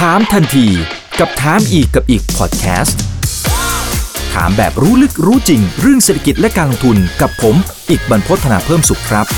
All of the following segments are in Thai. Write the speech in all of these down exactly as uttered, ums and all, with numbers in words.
ถามทันทีกับถามอีกกับอีกพอดแคสต์ถามแบบรู้ลึกรู้จริงเรื่องเศรษฐกิจและการลงทุนกับผมอีกบรรพต ธนาเพิ่มสุขครับ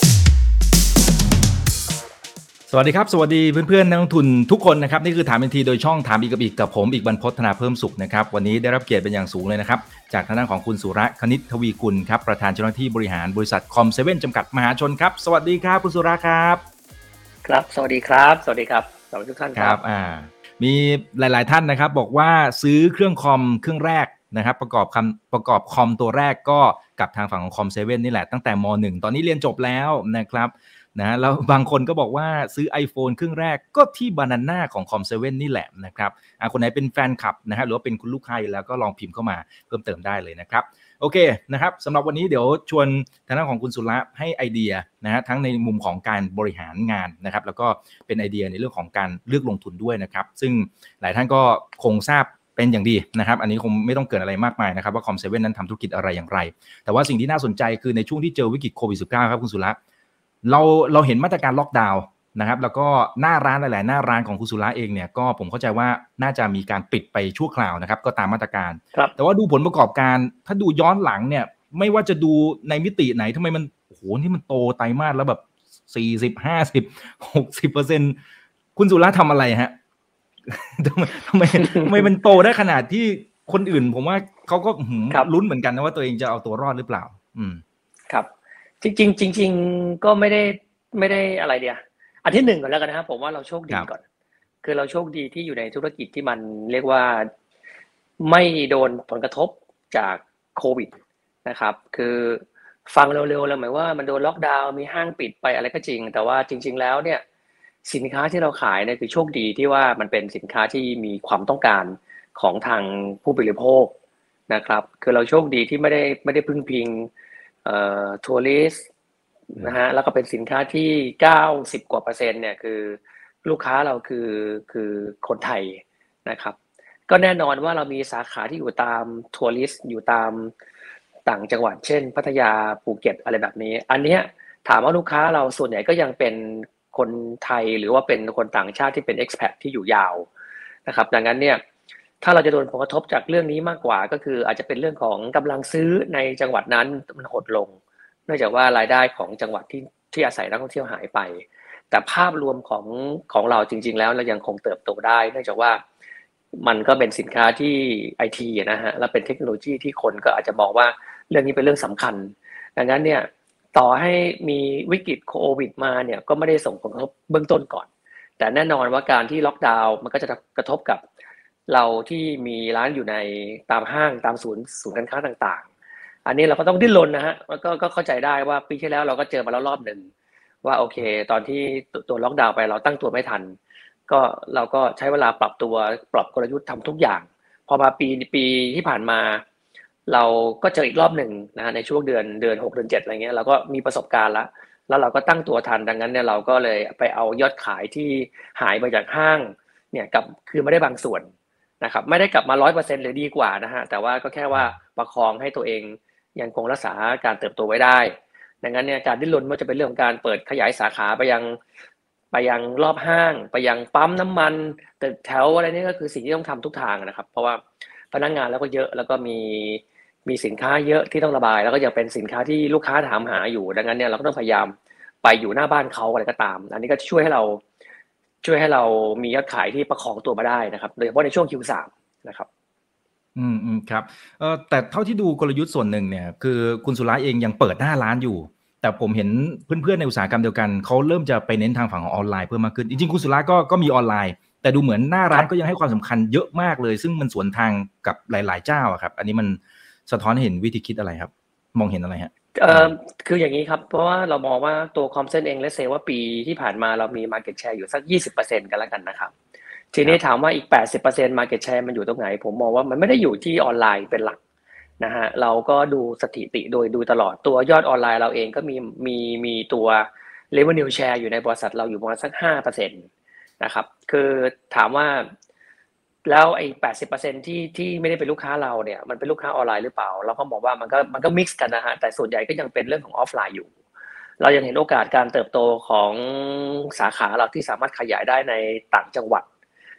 สวัสดีครับสวัสดีเพื่อนๆนักลงทุนทุกคนนะครับนี่คือถามทันทีโดยช่องถามอีกกับอีกกับผมอีกบรรพต ธนาเพิ่มสุขนะครับวันนี้ได้รับเกียรติเป็นอย่างสูงเลยนะครับจากทางด้านของคุณสุระคณิตทวีกุลครับประธานเจ้าหน้าที่บริหารบริษัทคอมเซเว่นจำกัดมหาชนครับสวัสดีครับคุณสุระครับครับสวัสดีครับสวัสดีครับสวัสดีทุกท่านครับอ่ามีหลายๆท่านนะครับบอกว่าซื้อเครื่องคอมเครื่องแรกนะครับประกอบคำประกอบคอมตัวแรกก็กับทางฝั่งของคอมเซเว่นนี่แหละตั้งแต่ม.หนึ่ง ตอนนี้เรียนจบแล้วนะครับนะแล้วบางคนก็บอกว่าซื้อ iPhone เครื่องแรกก็ที่ Banana ของ คอมเซเว่น นี่แหละนะครับอ่าคนไหนเป็นแฟนคลับนะฮะหรือว่าเป็นคุณลูกค้าอยู่แล้วก็ลองพิมพ์เข้ามาเพิ่มเติมได้เลยนะครับโอเคนะครับสำหรับวันนี้เดี๋ยวชวนทางด้านของคุณสุระให้ไอเดียนะฮะทั้งในมุมของการบริหารงานนะครับแล้วก็เป็นไอเดียในเรื่องของการเลือกลงทุนด้วยนะครับซึ่งหลายท่านก็คงทราบเป็นอย่างดีนะครับอันนี้คงไม่ต้องเกิดอะไรมากมายนะครับว่า คอมเซเว่น นั้นทำธุรกิจอะไรอย่างไรแต่ว่าสิ่งที่น่าสนใจคือในช่วงที่เจอวิกฤตโควิด สิบเก้า ครับคุณสุระเราเราเห็นมาตรการล็อกดาวน์นะครับแล้วก็หน้าร้านหลายๆหน้าร้านของคุณสุระเองเนี่ยก็ผมเข้าใจว่าน่าจะมีการปิดไปชั่วคราวนะครับก็ตามมาตรการแต่ว่าดูผลประกอบการถ้าดูย้อนหลังเนี่ยไม่ว่าจะดูในมิติไหนทำไมมันโอ้โหนี่มันโตไตรมาสแล้วแบบสี่สิบ ห้าสิบ หกสิบเปอร์เซ็นต์ คุณสุระทำอะไรฮะทำไมทำไมทำไมมันโตได้ขนาดที่คนอื่นผมว่าเขาก็ลุ้นเหมือนกันนะว่าตัวเองจะเอาตัวรอดหรือเปล่าอืมครับจริงๆจริงๆก็ไม่ได้ไม่ได้อะไรเดียวอันที่หนึ่งก่อนแล้วกันนะครับผมว่าเราโชคดีก่อนคือเราโชคดีที่อยู่ในธุรกิจที่มันเรียกว่าไม่โดนผลกระทบจากโควิดนะครับคือฟังเร็วๆแล้วหมายว่ามันโดนล็อกดาวน์มีห้างปิดไปอะไรก็จริงแต่ว่าจริงๆแล้วเนี่ยสินค้าที่เราขายเนี่ยคือโชคดีที่ว่ามันเป็นสินค้าที่มีความต้องการของทางผู้บริโภคนะครับคือเราโชคดีที่ไม่ได้ไม่ได้พึ่งพิงเอ่อทัวริสต์นะฮะแล้วก็เป็นสินค้าที่เก้าสิบกว่าเปอร์เซ็นต์เนี่ยคือลูกค้าเราคือคือคนไทยนะครับก็แน่นอนว่าเรามีสาขาที่อยู่ตามทัวริสต์อยู่ตามต่างจังหวัดเช่นพัทยาภูเก็ตอะไรแบบนี้อันเนี้ยถามว่าลูกค้าเราส่วนใหญ่ก็ยังเป็นคนไทยหรือว่าเป็นคนต่างชาติที่เป็น expat ที่อยู่ยาวนะครับดังนั้นเนี่ยถ้าเราจะโดนผลกระทบจากเรื่องนี้มากกว่าก็คืออาจจะเป็นเรื่องของกำลังซื้อในจังหวัดนั้นมันหดลงเนื่องจากว่ารายได้ของจังหวัดที่ที่อาศัยนักท่องเที่ยวหายไปแต่ภาพรวมของของเราจริงๆแล้วเรายังคงเติบโตได้เนื่องจากว่ามันก็เป็นสินค้าที่ ไอ ที นะฮะและเป็นเทคโนโลยีที่คนก็อาจจะมองว่าเรื่องนี้เป็นเรื่องสำคัญดังนั้นเนี่ยต่อให้มีวิกฤตโควิดมาเนี่ยก็ไม่ได้ส่งผลกระทบเบื้องต้นก่อนแต่แน่นอนว่าการที่ล็อกดาวน์มันก็จะกระทบกับเราที่มีร้านอยู่ในตามห้างตามศูนย์ศูนย์การค้าต่างๆอันนี้เราก็ต้องดิ้นรนนะฮะก็ก็เข้าใจได้ว่าปีที่แล้วเราก็เจอมาแล้วรอบหนึ่งว่าโอเคตอนที่ตัวล็อกดาวน์ไปเราตั้งตัวไม่ทันก็เราก็ใช้เวลาปรับตัวปรับกลยุทธ์ทำทุกอย่างพอมาปีปีที่ผ่านมาเราก็เจออีกรอบหนึ่งนะฮะในช่วงเดือนเดือนหกเดือนเจ็ดอะไรเงี้ยเราก็มีประสบการณ์แล้วแล้วเราก็ตั้งตัวทันดังนั้นเนี่ยเราก็เลยไปเอายอดขายที่หายไปจากห้างเนี่ยกับคือไม่ได้บางส่วนนะครับไม่ได้กลับมา ร้อยเปอร์เซ็นต์ หรือดีกว่านะฮะแต่ว่าก็แค่ว่าประคองให้ตัวเองยังคงรักษาการเติบโตไว้ได้ดังนั้นเนี่ยการดิ้นรนว่าจะเป็นเรื่องของการเปิดขยายสาขาไปยังไปยังรอบห้างไปยังปั๊มน้ำมันตึกแถวอะไรนี่ก็คือสิ่งที่ต้องทำทุกทางนะครับเพราะว่าพนักงานแล้วก็เยอะแล้วก็มีมีสินค้าเยอะที่ต้องระบายแล้วก็ยังเป็นสินค้าที่ลูกค้าถามหาอยู่ดังนั้นเนี่ยเราก็ต้องพยายามไปอยู่หน้าบ้านเขาอะไรก็ตามอันนี้ก็ช่วยให้เราช่วยให้เรามียอดขายที่ประคองตัวมาได้นะครับโดยเฉพาะในช่วง คิว สาม นะครับอืมอืมครับเออแต่เท่าที่ดูกลยุทธ์ส่วนหนึ่งเนี่ยคือคุณสุระเองยังเปิดหน้าร้านอยู่แต่ผมเห็นเพื่อนๆในอุตสาหกรรมเดียวกันเขาเริ่มจะไปเน้นทางฝั่งของออนไลน์เพิ่มมากขึ้นจริงๆคุณสุระก็ก็มีออนไลน์แต่ดูเหมือนหน้าร้านก็ยังให้ความสำคัญเยอะมากเลยซึ่งมันสวนทางกับหลายๆเจ้าอะครับอันนี้มันสะท้อนให้เห็นวิธีคิดอะไรครับมองเห็นอะไรฮะเอ่อคืออย่างนี้ครับเพราะว่าเรามองว่าตัวคอมเซ็นเองและเซว่าปีที่ผ่านมาเรามี market share อยู่สัก ยี่สิบเปอร์เซ็นต์ กันแล้วกันนะครับทีนี้ถามว่าอีก แปดสิบเปอร์เซ็นต์ market share มันอยู่ตรงไหนผมมองว่ามันไม่ได้อยู่ที่ออนไลน์เป็นหลักนะฮะเราก็ดูสถิติโดยดูตลอดตัวยอดออนไลน์เราเองก็มีมีมีตัว revenue share อยู่ในบริษัทเราอยู่ประมาณสัก ห้าเปอร์เซ็นต์ นะครับคือถามว่าแล้วไอ้ แปดสิบเปอร์เซ็นต์ ที่ที่ไม่ได้เป็นลูกค้าเราเนี่ยมันเป็นลูกค้าออนไลน์หรือเปล่าเราก็มองว่ามันก็มันก็มิกซ์กันนะฮะแต่ส่วนใหญ่ก็ยังเป็นเรื่องของออฟไลน์อยู่เรายังเห็นโอกาสการเติบโตของสาขาเราที่สามารถขยายได้ในต่างจังหวัด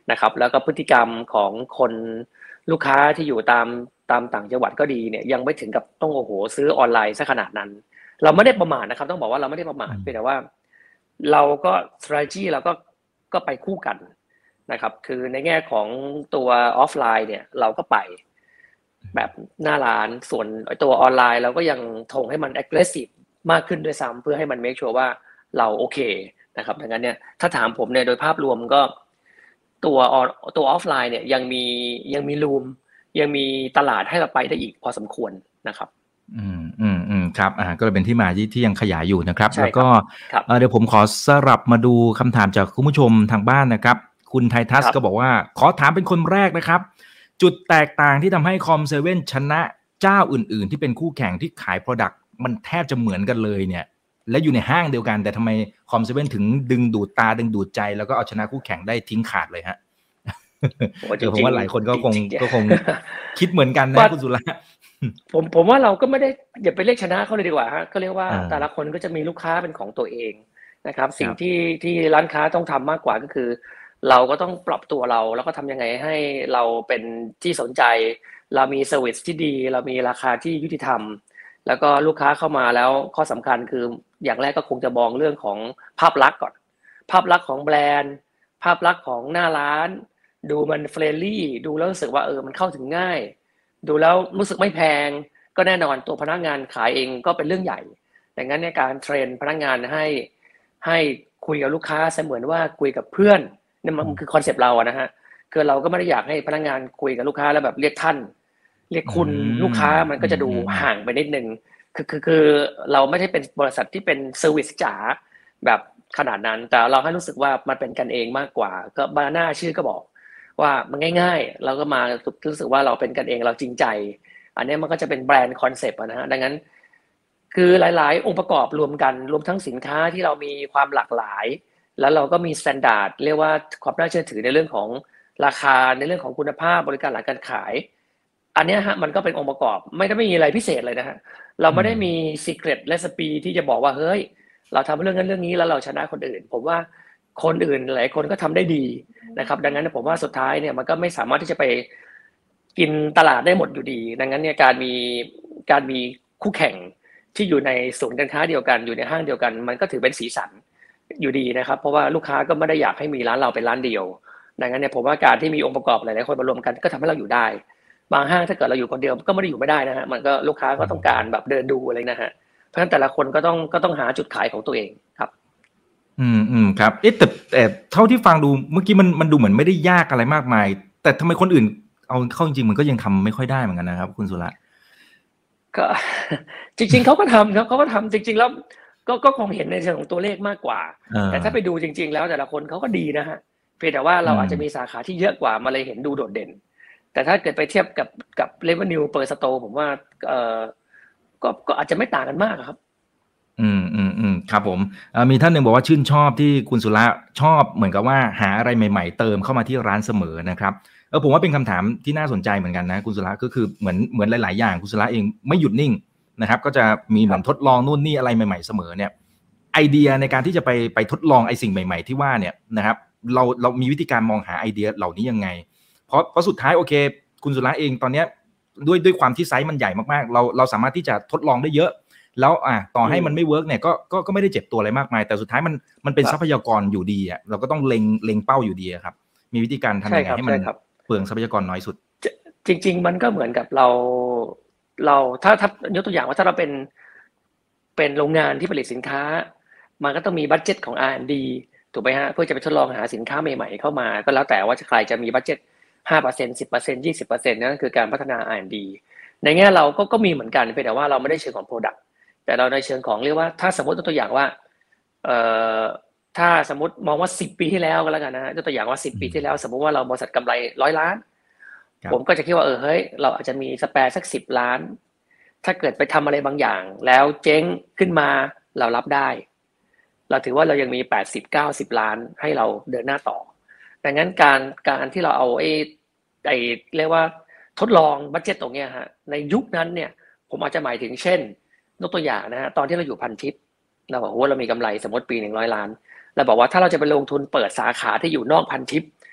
นะครับแล้วก็พฤติกรรมของคนลูกค้าที่อยู่ตามตามต่างจังหวัดก็ดีเนี่ยยังไม่ถึงกับต้องโอ้โหซื้อออนไลน์ซะขนาดนั้นเราไม่ได้ประมาทนะครับต้องบอกว่าเราไม่ได้ประมาทเพียงแต่ว่าเราก็ strategy เราก็ก็ไปคู่กันนะครับคือในแง่ของตัวออฟไลน์เนี่ยเราก็ไปแบบหน้าร้านส่วนตัวออนไลน์เราก็ยังทงให้มัน aggressive มากขึ้นด้วยซ้ำเพื่อให้มัน make sure ว่าเราโอเคนะครับดังนั้นเนี่ยถ้าถามผมเนี่ยโดยภาพรวมก็ตัวตัวออฟไลน์เนี่ยยังมียังมีรูมยังมีตลาดให้เราไปได้อีกพอสมควรนะครับอืมอืมอืมครับอ่าก็เลยเป็นที่มาที่ที่ยังขยายอยู่นะครับแล้วก็เเดี๋ยวผมขอสลับมาดูคำถามจากคุณผู้ชมทางบ้านนะครับคุณไททัสก็บอกว่าขอถามเป็นคนแรกนะครับจุดแตกต่างที่ทำให้คอมเซเว่นชนะเจ้าอื่นๆที่เป็นคู่แข่งที่ขาย product มันแทบจะเหมือนกันเลยเนี่ยและอยู่ในห้างเดียวกันแต่ทำไมคอมเซเว่นถึงดึงดูดตาดึงดูดใจแล้วก็เอาชนะคู่แข่งได้ทิ้งขาดเลยฮะเดี๋ยวผมว่าหลายคนก็คงก็คงคิดเหมือนกันนะคุณสุระผมผมว่าเราก็ไม่ได้อย่าไปเรียกชนะเขาเลยดีกว่าฮะก็เรียกว่าแต่ละคนก็จะมีลูกค้าเป็นของตัวเองนะครับสิ่งที่ที่ร้านค้าต้องทำมากกว่าก็คือเราก็ต้องปรับตัวเราแล้วก็ทำยังไงให้เราเป็นที่สนใจเรามีเซอร์วิสที่ดีเรามีราคาที่ยุติธรรมแล้วก็ลูกค้าเข้ามาแล้วข้อสำคัญคืออย่างแรกก็คงจะมองเรื่องของภาพลักษณ์ก่อนภาพลักษณ์ของแบรนด์ภาพลักษณ์ของหน้าร้านดูมันเฟรนลี่ดูแล้วรู้สึกว่าเออมันเข้าถึงง่ายดูแล้วรู้สึกไม่แพงก็แน่นอนตัวพนักงานขายเองก็เป็นเรื่องใหญ่ดังนั้นในการเทรนพนักงานให้ให้คุยกับลูกค้าเสมือนว่าคุยกับเพื่อนนี่มันคือคอนเซปต์เราอะนะฮะคือเราก็ไม่ได้อยากให้พนักงานคุยกับลูกค้าแล้วแบบเรียกท่านเรียกคุณลูกค้ามันก็จะดูห่างไปนิดนึงคือคือคือเราไม่ใช่เป็นบริษัทที่เป็นเซอร์วิสจ๋าแบบขนาดนั้นแต่เราให้รู้สึกว่ามันเป็นกันเองมากกว่าก็บานาน่าชื่อก็บอกว่ามันง่ายๆเราก็มารู้สึกว่าเราเป็นกันเองเราจริงใจอันนี้มันก็จะเป็นแบรนด์คอนเซปต์นะฮะดังนั้นคือหลายๆองค์ประกอบรวมกันรวมทั้งสินค้าที่เรามีความหลากหลายแล้วเราก็มีมาตรฐานเรียกว่าความน่าเชื่อถือในเรื่องของราคาในเรื่องของคุณภาพบริการหลังการขายอันนี้ฮะมันก็เป็นองค์ประกอบไม่ได้ไม่มีอะไรพิเศษเลยนะฮะเราไม่ได้มี secret recipe ที่จะบอกว่าเฮ้ยเราทำเรื่องนั้นเรื่องนี้แล้วเราชนะคนอื่นผมว่าคนอื่นหลายคนก็ทำได้ดีนะครับดังนั้นผมว่าสุดท้ายเนี่ยมันก็ไม่สามารถที่จะไปกินตลาดได้หมดอยู่ดีดังนั้นเนี่ยการมีการมีคู่แข่งที่อยู่ในศูนย์การค้าเดียวกันอยู่ในห้างเดียวกันมันก็ถือเป็นสีสันอยู่ดีนะครับเพราะว่าลูกค้าก็ไม่ได้อยากให้มีร้านเราเป็นร้านเดียวดังนั้นเนี่ยผมว่าการที่มีองค์ประกอบหลายๆคนมารวมกันก็ทำให้เราอยู่ได้บางห้างถ้าเกิดเราอยู่คนเดียวก็ไม่ได้อยู่ไม่ได้นะฮะมันก็ลูกค้าก็ต้องการแบบเดินดูอะไรนะฮะเพราะฉะนั้นแต่ละคนก็ต้องก็ต้องหาจุดขายของตัวเองครับอืมอืมครับเอ๊ะแต่แต่เท่าที่ฟังดูเมื่อกี้มันมันดูเหมือนไม่ได้ยากอะไรมากมายแต่ทำไมคนอื่นเอาเข้าจริงๆมันก็ยังทำไม่ค่อยได้เหมือนกันนะครับคุณสุระก็จริงๆเขาก็ทำครับเขาก็ทำจริงๆแล้วก็ก็คงเห็นในเชิงของตัวเลขมากกว่าแต่ถ้าไปดูจริงๆแล้วแต่ละคนเขาก็ดีนะฮะเพียงแต่ว่าเราอาจจะมีสาขาที่เยอะกว่ามาเลยเห็นดูโดดเด่นแต่ถ้าเกิดไปเทียบกับกับ revenue per store ผมว่าเอ่อก็ก็อาจจะไม่ต่างกันมากครับอืมอืมอืมครับผมมีท่านหนึ่งบอกว่าชื่นชอบที่คุณสุระชอบเหมือนกับว่าหาอะไรใหม่ๆเติมเข้ามาที่ร้านเสมอนะครับเออผมว่าเป็นคำถามที่น่าสนใจเหมือนกันนะคุณสุระก็คือเหมือนเหมือนหลายๆอย่างคุณสุระเองไม่หยุดนิ่งนะครับก็จะมีเหมือนทดลองนู่นนี่อะไรใหม่ๆเสมอเนี่ยไอเดียในการที่จะไปไปทดลองไอสิ่งใหม่ๆที่ว่าเนี่ยนะครับเราเรามีวิธีการมองหาไอเดียเหล่านี้ยังไงเพราะเพราะสุดท้ายโอเคคุณสุระเองตอนเนี้ยด้วยด้วยความที่ไซส์มันใหญ่มากๆเราเราสามารถที่จะทดลองได้เยอะแล้วอ่ะต่อให้มันไม่เวิร์กเนี่ยก็ก็ก็ไม่ได้เจ็บตัวอะไรมากมายแต่สุดท้ายมันมันเป็นทรัพยากรอยู่ดีอ่ะเราก็ต้องเล็งเล็งเป้าอยู่ดีครับมีวิธีการทำยังไงให้มันเปลืองทรัพยากรน้อยสุดจริงๆมันก็เหมือนกับเราเราถ้าถ้ายกตัวอย่างว่าถ้าเราเป็นเป็นโรงงานที่ผลิตสินค้ามันก็ต้องมีบัดเจ็ตของ อาร์ แอนด์ ดี ถูกไหมฮะเพื่อจะไปทดลองหาสินค้าใหม่ๆเข้ามาก็แล้วแต่ว่าใครจะมีบัดเจ็ต ห้าเปอร์เซ็นต์ สิบเปอร์เซ็นต์ ยี่สิบเปอร์เซ็นต์ นั่นคือการพัฒนา อาร์ แอนด์ ดี ในแง่เราก็ก็มีเหมือนกันเพียงแต่ว่าเราไม่ได้เชิงของ product แต่เราในเชิงของเรียกว่าถ้าสมมติตัวอย่างว่าเอ่อถ้าสมมติมองว่าสิบปีที่แล้วก็แล้วกันนะฮะตัวอย่างว่าสิบปีที่แล้วสมมติว่าเราบริษัทกำไรหนึ่งร้อยล้านผมก็จะคิดว่าเออเฮ้ยเราอาจจะมีสแปร์สักสิบล้านถ้าเกิดไปทำอะไรบางอย่างแล้วเจ๊งขึ้นมาเรารับได้เราถือว่าเรายังมีแปดสิบ เก้าสิบล้านให้เราเดินหน้าต่อดังนั้นการการที่เราเอาไอ้ไอ้เรียกว่าทดลองบัดเจ็ตตรงเนี้ยฮะในยุคนั้นเนี่ยผมอาจจะหมายถึงเช่นยกตัวอย่างนะฮะตอนที่เราอยู่พันทิปเราบอกว่าเรามีกำไรสมมติปีหนึ่งร้อยล้านเราบอกว่าถ้าเราจะไปลงทุนเปิดสาขาที่อยู่นอกพันทิป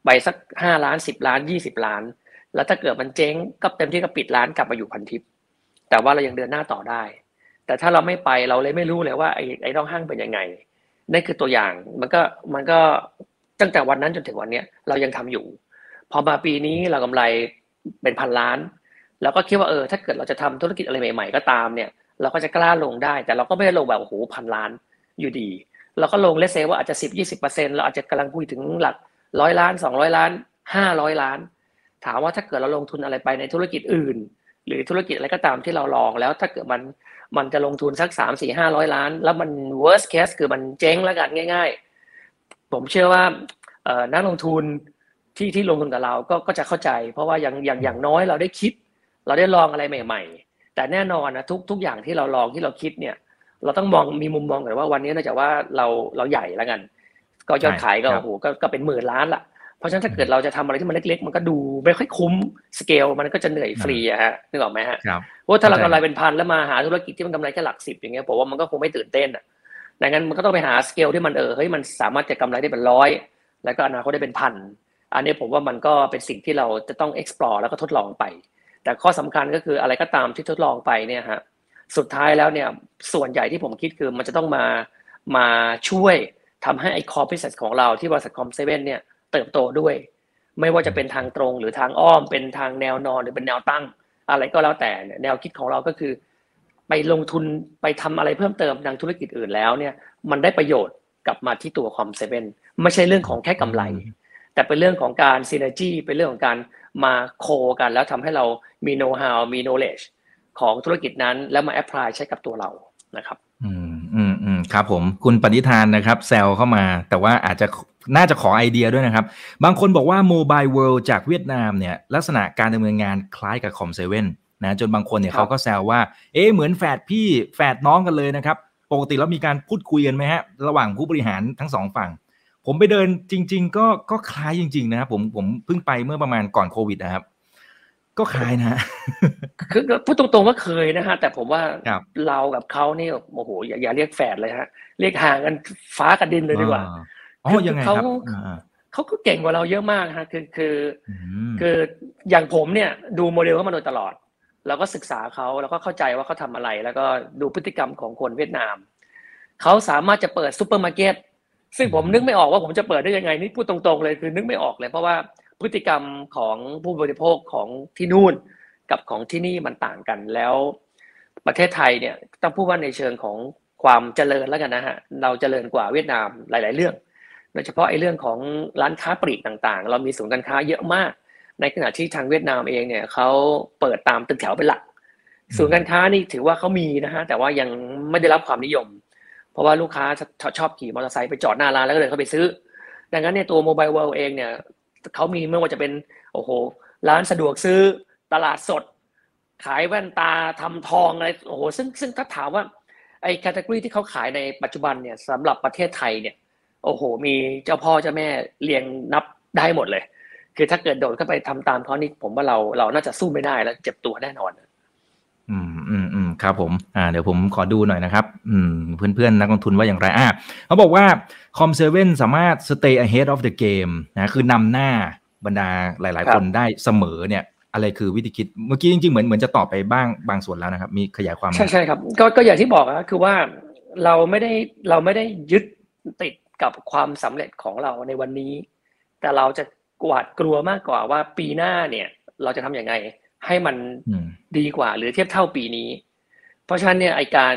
ไปสักห้าล้านสิบล้านยี่สิบล้านแล้วถ้าเกิดมันเจ๊งก็เต็มที่ก็ปิดร้านกลับมาอยู่พันทิปแต่ว่าเรายังเดินหน้าต่อได้แต่ถ้าเราไม่ไปเราเลยไม่รู้เลยว่าไอ้ไอ้นอกห้างเป็นยังไงนั่นคือตัวอย่างมันก็มันก็ตั้งแต่วันนั้นจนถึงวันนี้เรายังทำอยู่พอมาปีนี้เรากำไรเป็นพันล้านเราก็คิดว่าเออถ้าเกิดเราจะทำธุรกิจอะไรใหม่ๆก็ตามเนี่ยเราก็จะกล้าลงได้แต่เราก็ไม่ได้ลงแบบโอ้โหพันล้านอยู่ดีเราก็ลงเลทเซว่าอาจจะ สิบถึงยี่สิบเปอร์เซ็นต์ เราอาจจะกำลังคุยถึงหลักร้อยล้านสองร้อยล้านห้าร้อยล้านถามว่าถ้าเกิดเราลงทุนอะไรไปในธุรกิจอื่นหรือธุรกิจอะไรก็ตามที่เราลองแล้วถ้าเกิดมันมันจะลงทุนสัก สาม สี่ ห้าร้อยล้านแล้วมัน worst case คือมันเจ๊งแล้วกันง่ายๆผมเชื่อว่าเอ่อนักลงทุนที่ที่ลงทุนกับเราก็ก็จะเข้าใจเพราะว่าอย่างอย่างอย่างน้อยเราได้คิดเราได้ลองอะไรใหม่ๆแต่แน่นอนนะทุกทุกอย่างที่เราลองที่เราคิดเนี่ยเราต้องมองมีมุมมองกันว่าวันนี้เนื่องจากว่าเราเราใหญ่แล้วกันก็ยอดขายก็โอ้โหก็ก็เป็นหมื่นล้านละเพราะฉะนั้นถ้าเกิดเราจะทำอะไรที่มันเล็กๆมันก็ดูไม่ค่อยคุ้มสเกลมันก็จะเหนื่อยฟรีอะฮะนึกออกไหมฮะเพราะถ้าเรากำไรเป็นพันแล้วมาหาธุรกิจที่มันกำไรแค่หลักสิบอย่างเงี้ยผมว่ามันก็คงไม่ตื่นเต้นอ่ะดังนั้นมันก็ต้องไปหาสเกลที่มันเออเฮ้ยมันสามารถจะกำไรได้เป็นร้อยแล้วก็อนาคตได้เป็นพันอันนี้ผมว่ามันก็เป็นสิ่งที่เราจะต้อง explore แล้วก็ทดลองไปแต่ข้อสำคัญก็คืออะไรก็ตามที่ทดลองไปเนี่ยฮะสุดท้ายแล้วเนี่ยส่วนใหญ่ที่ผมคิดคือมันจะต้องมามาช่วยทำให้ไอ้ core business ของเราที่บริษัท คอม เซเว่น เนี่ยเติบโตด้วยไม่ว่าจะเป็นทางตรงหรือทางอ้อมเป็นทางแนวนอนหรือเป็นแนวตั้งอะไรก็แล้วแต่แนวคิดของเราก็คือไปลงทุนไปทำอะไรเพิ่มเติมทางธุรกิจอื่นแล้วเนี่ยมันได้ประโยชน์กลับมาที่ตัว คอม เซเว่น ไม่ใช่เรื่องของแค่กำไรแต่เป็นเรื่องของการ synergy เป็นเรื่องของการมาโคกันแล้วทำให้เรามี know how มี knowledge ของธุรกิจนั้นแล้วมา apply ใช้กับตัวเรานะครับอืมอืมอืมครับผมคุณปณิธานนะครับแซวเข้ามาแต่ว่าอาจจะน่าจะขอไอเดียด้วยนะครับบางคนบอกว่า Mobile World จากเวียดนามเนี่ยลักษณะการดำเนินงานคล้ายกับ คอม เซเว่น นะจนบางคนเนี่ยเขาก็แซวว่าเอ๊ะเหมือนแฝดพี่แฝดน้องกันเลยนะครับปกติแล้วมีการพูดคุยกันไหมฮะระหว่างผู้บริหารทั้งสองฝั่งผมไปเดินจริงๆก็ก็คล้ายจริงๆนะครับผมผมเพิ่งไปเมื่อประมาณก่อนโควิดนะครับก็คล้ายนะคือพูดตรงๆว่าเคยนะฮะแต่ผมว่าเรากับเขานี่โอ้โหอย่าอย่าเรียกแฝดเลยฮะเรียกห่างกันฟ้ากับดินเลยดีกว่าอ๋อยังไงครับเขาก็เก่งกว่าเราเยอะมากฮะคือคือคืออย่างผมเนี่ยดูโมเดลเขามาโดยตลอดเราก็ศึกษาเขาแล้วก็เข้าใจว่าเขาทำอะไรแล้วก็ดูพฤติกรรมของคนเวียดนามเขาสามารถจะเปิดซุปเปอร์มาร์เก็ตซึ่งผมนึกไม่ออกว่าผมจะเปิดได้ยังไงนี่พูดตรงๆเลยคือนึกไม่ออกเลยเพราะว่าพฤติกรรมของผู้บริโภคของที่นู่นกับของที่นี่มันต่างกันแล้วประเทศไทยเนี่ยต้องพูดว่าในเชิงของความเจริญแล้วกันนะฮะเราเจริญกว่าเวียดนามหลายๆเรื่องโดยเฉพาะไอ้เรื่องของร้านค้าปลีกต่างๆเรามีศูนย์การค้าเยอะมากในขณะที่ทางเวียดนามเองเนี่ยเขาเปิดตามตึกแถวเป็นหลักศูนย์การค้านี่ถือว่าเขามีนะฮะแต่ว่ายังไม่ได้รับความนิยมเพราะว่าลูกค้าชอบขี่มอเตอร์ไซค์ไปจอดหน้าร้านแล้วก็เลยเข้าไปซื้อดังนั้นเนี่ยตัว Mobile World เองเนี่ยเขามีไม่ว่าจะเป็นโอ้โหร้านสะดวกซื้อตลาดสดขายแว่นตาทำทองอะไรโอ้โหซึ่งซึ่งถ้าถามว่าไอ้แคตตากรีที่เขาขายในปัจจุบันเนี่ยสำหรับประเทศไทยเนี่ยโอ้โหมีเจ้าพ่อเจ้าแม่เรียงนับได้หมดเลยคือถ้าเกิดโดดเข้าไปทำตามเขานี่ผมว่าเราเราน่าจะสู้ไม่ได้แล้วเจ็บตัวแน่นอนอืมอืมอืมครับผมอ่าเดี๋ยวผมขอดูหน่อยนะครับอืมเพื่อนๆนักลงทุนว่าอย่างไรอ่ะเขาบอกว่า คอม เซเว่น สามารถ stay ahead of the game นะคือนำหน้าบรรดาหลายๆคนได้เสมอเนี่ยอะไรคือวิธีคิดเมื่อกี้จริงๆเหมือนเหมือนจะตอบไปบ้างบางส่วนแล้วนะครับมีขยายความใช่ใช่ครับก็ก็อย่างที่บอกนะคือว่าเราไม่ได้เราไม่ได้ยึดติดกับความสำเร็จของเราในวันนี้แต่เราจะหวาดกลัวมากกว่าว่าปีหน้าเนี่ยเราจะทำยังไงให้มันดีกว่าหรือเทียบเท่าปีนี้เพราะฉะนั้นเนี่ยไอการ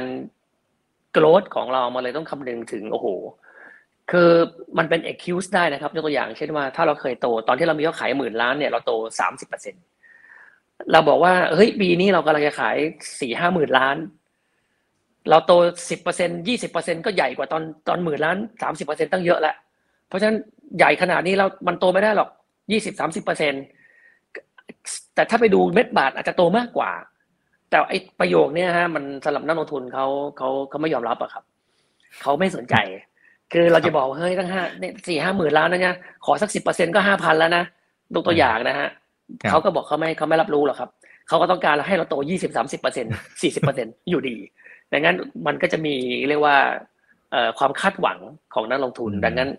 growth ของเรามันเลยต้องคำนึงถึงโอ้โหคือมันเป็น excuse ได้นะครับยกตัวอย่างเช่นว่าถ้าเราเคยโตตอนที่เรามียอดขายหมื่นล้านเนี่ยเราโต สามสิบเปอร์เซ็นต์ เราบอกว่าเฮ้ยปีนี้เรากำลังจะขาย สี่ห้าหมื่นล้านเราโต สิบเปอร์เซ็นต์ ยี่สิบเปอร์เซ็นต์ ก็ใหญ่กว่าตอนตอนหมื่นล้าน สามสิบเปอร์เซ็นต์ ตั้งเยอะแล้วเพราะฉะนั้นใหญ่ขนาดนี้เรามันโตไม่ได้หรอก ยี่สิบถึงสามสิบเปอร์เซ็นต์ แต่ถ้าไปดูเม็ดบาทอาจจะโตมากกว่าแต่ไอ้ประโยคนี้ฮะมันสำหรับนักลงทุนเขาเขาเขาไม่ยอมรับอะครับเขาไม่สนใจคือเราจะบอกเฮ้ยตั้งห้าเนี่ยสี่ห้าหมื่นล้านนะเนี่ยขอสักสิบเปอร์เซ็นต์ก็ห้าพันแล้วนะดูตัวอย่างนะฮะเขาก็บอกเขาไม่เขาไม่รับรู้หรอกครับเขาก็ต้องการให้เราโตยี่สิบ สามสิบเปอร์เซ็นต์ สี่สิบเปอร์เซ็นต์อยู่ดีดังนั้นมันก็จะมีเรียกว่าเอ่อความคาดหวังของนักลงทุนดังนั้น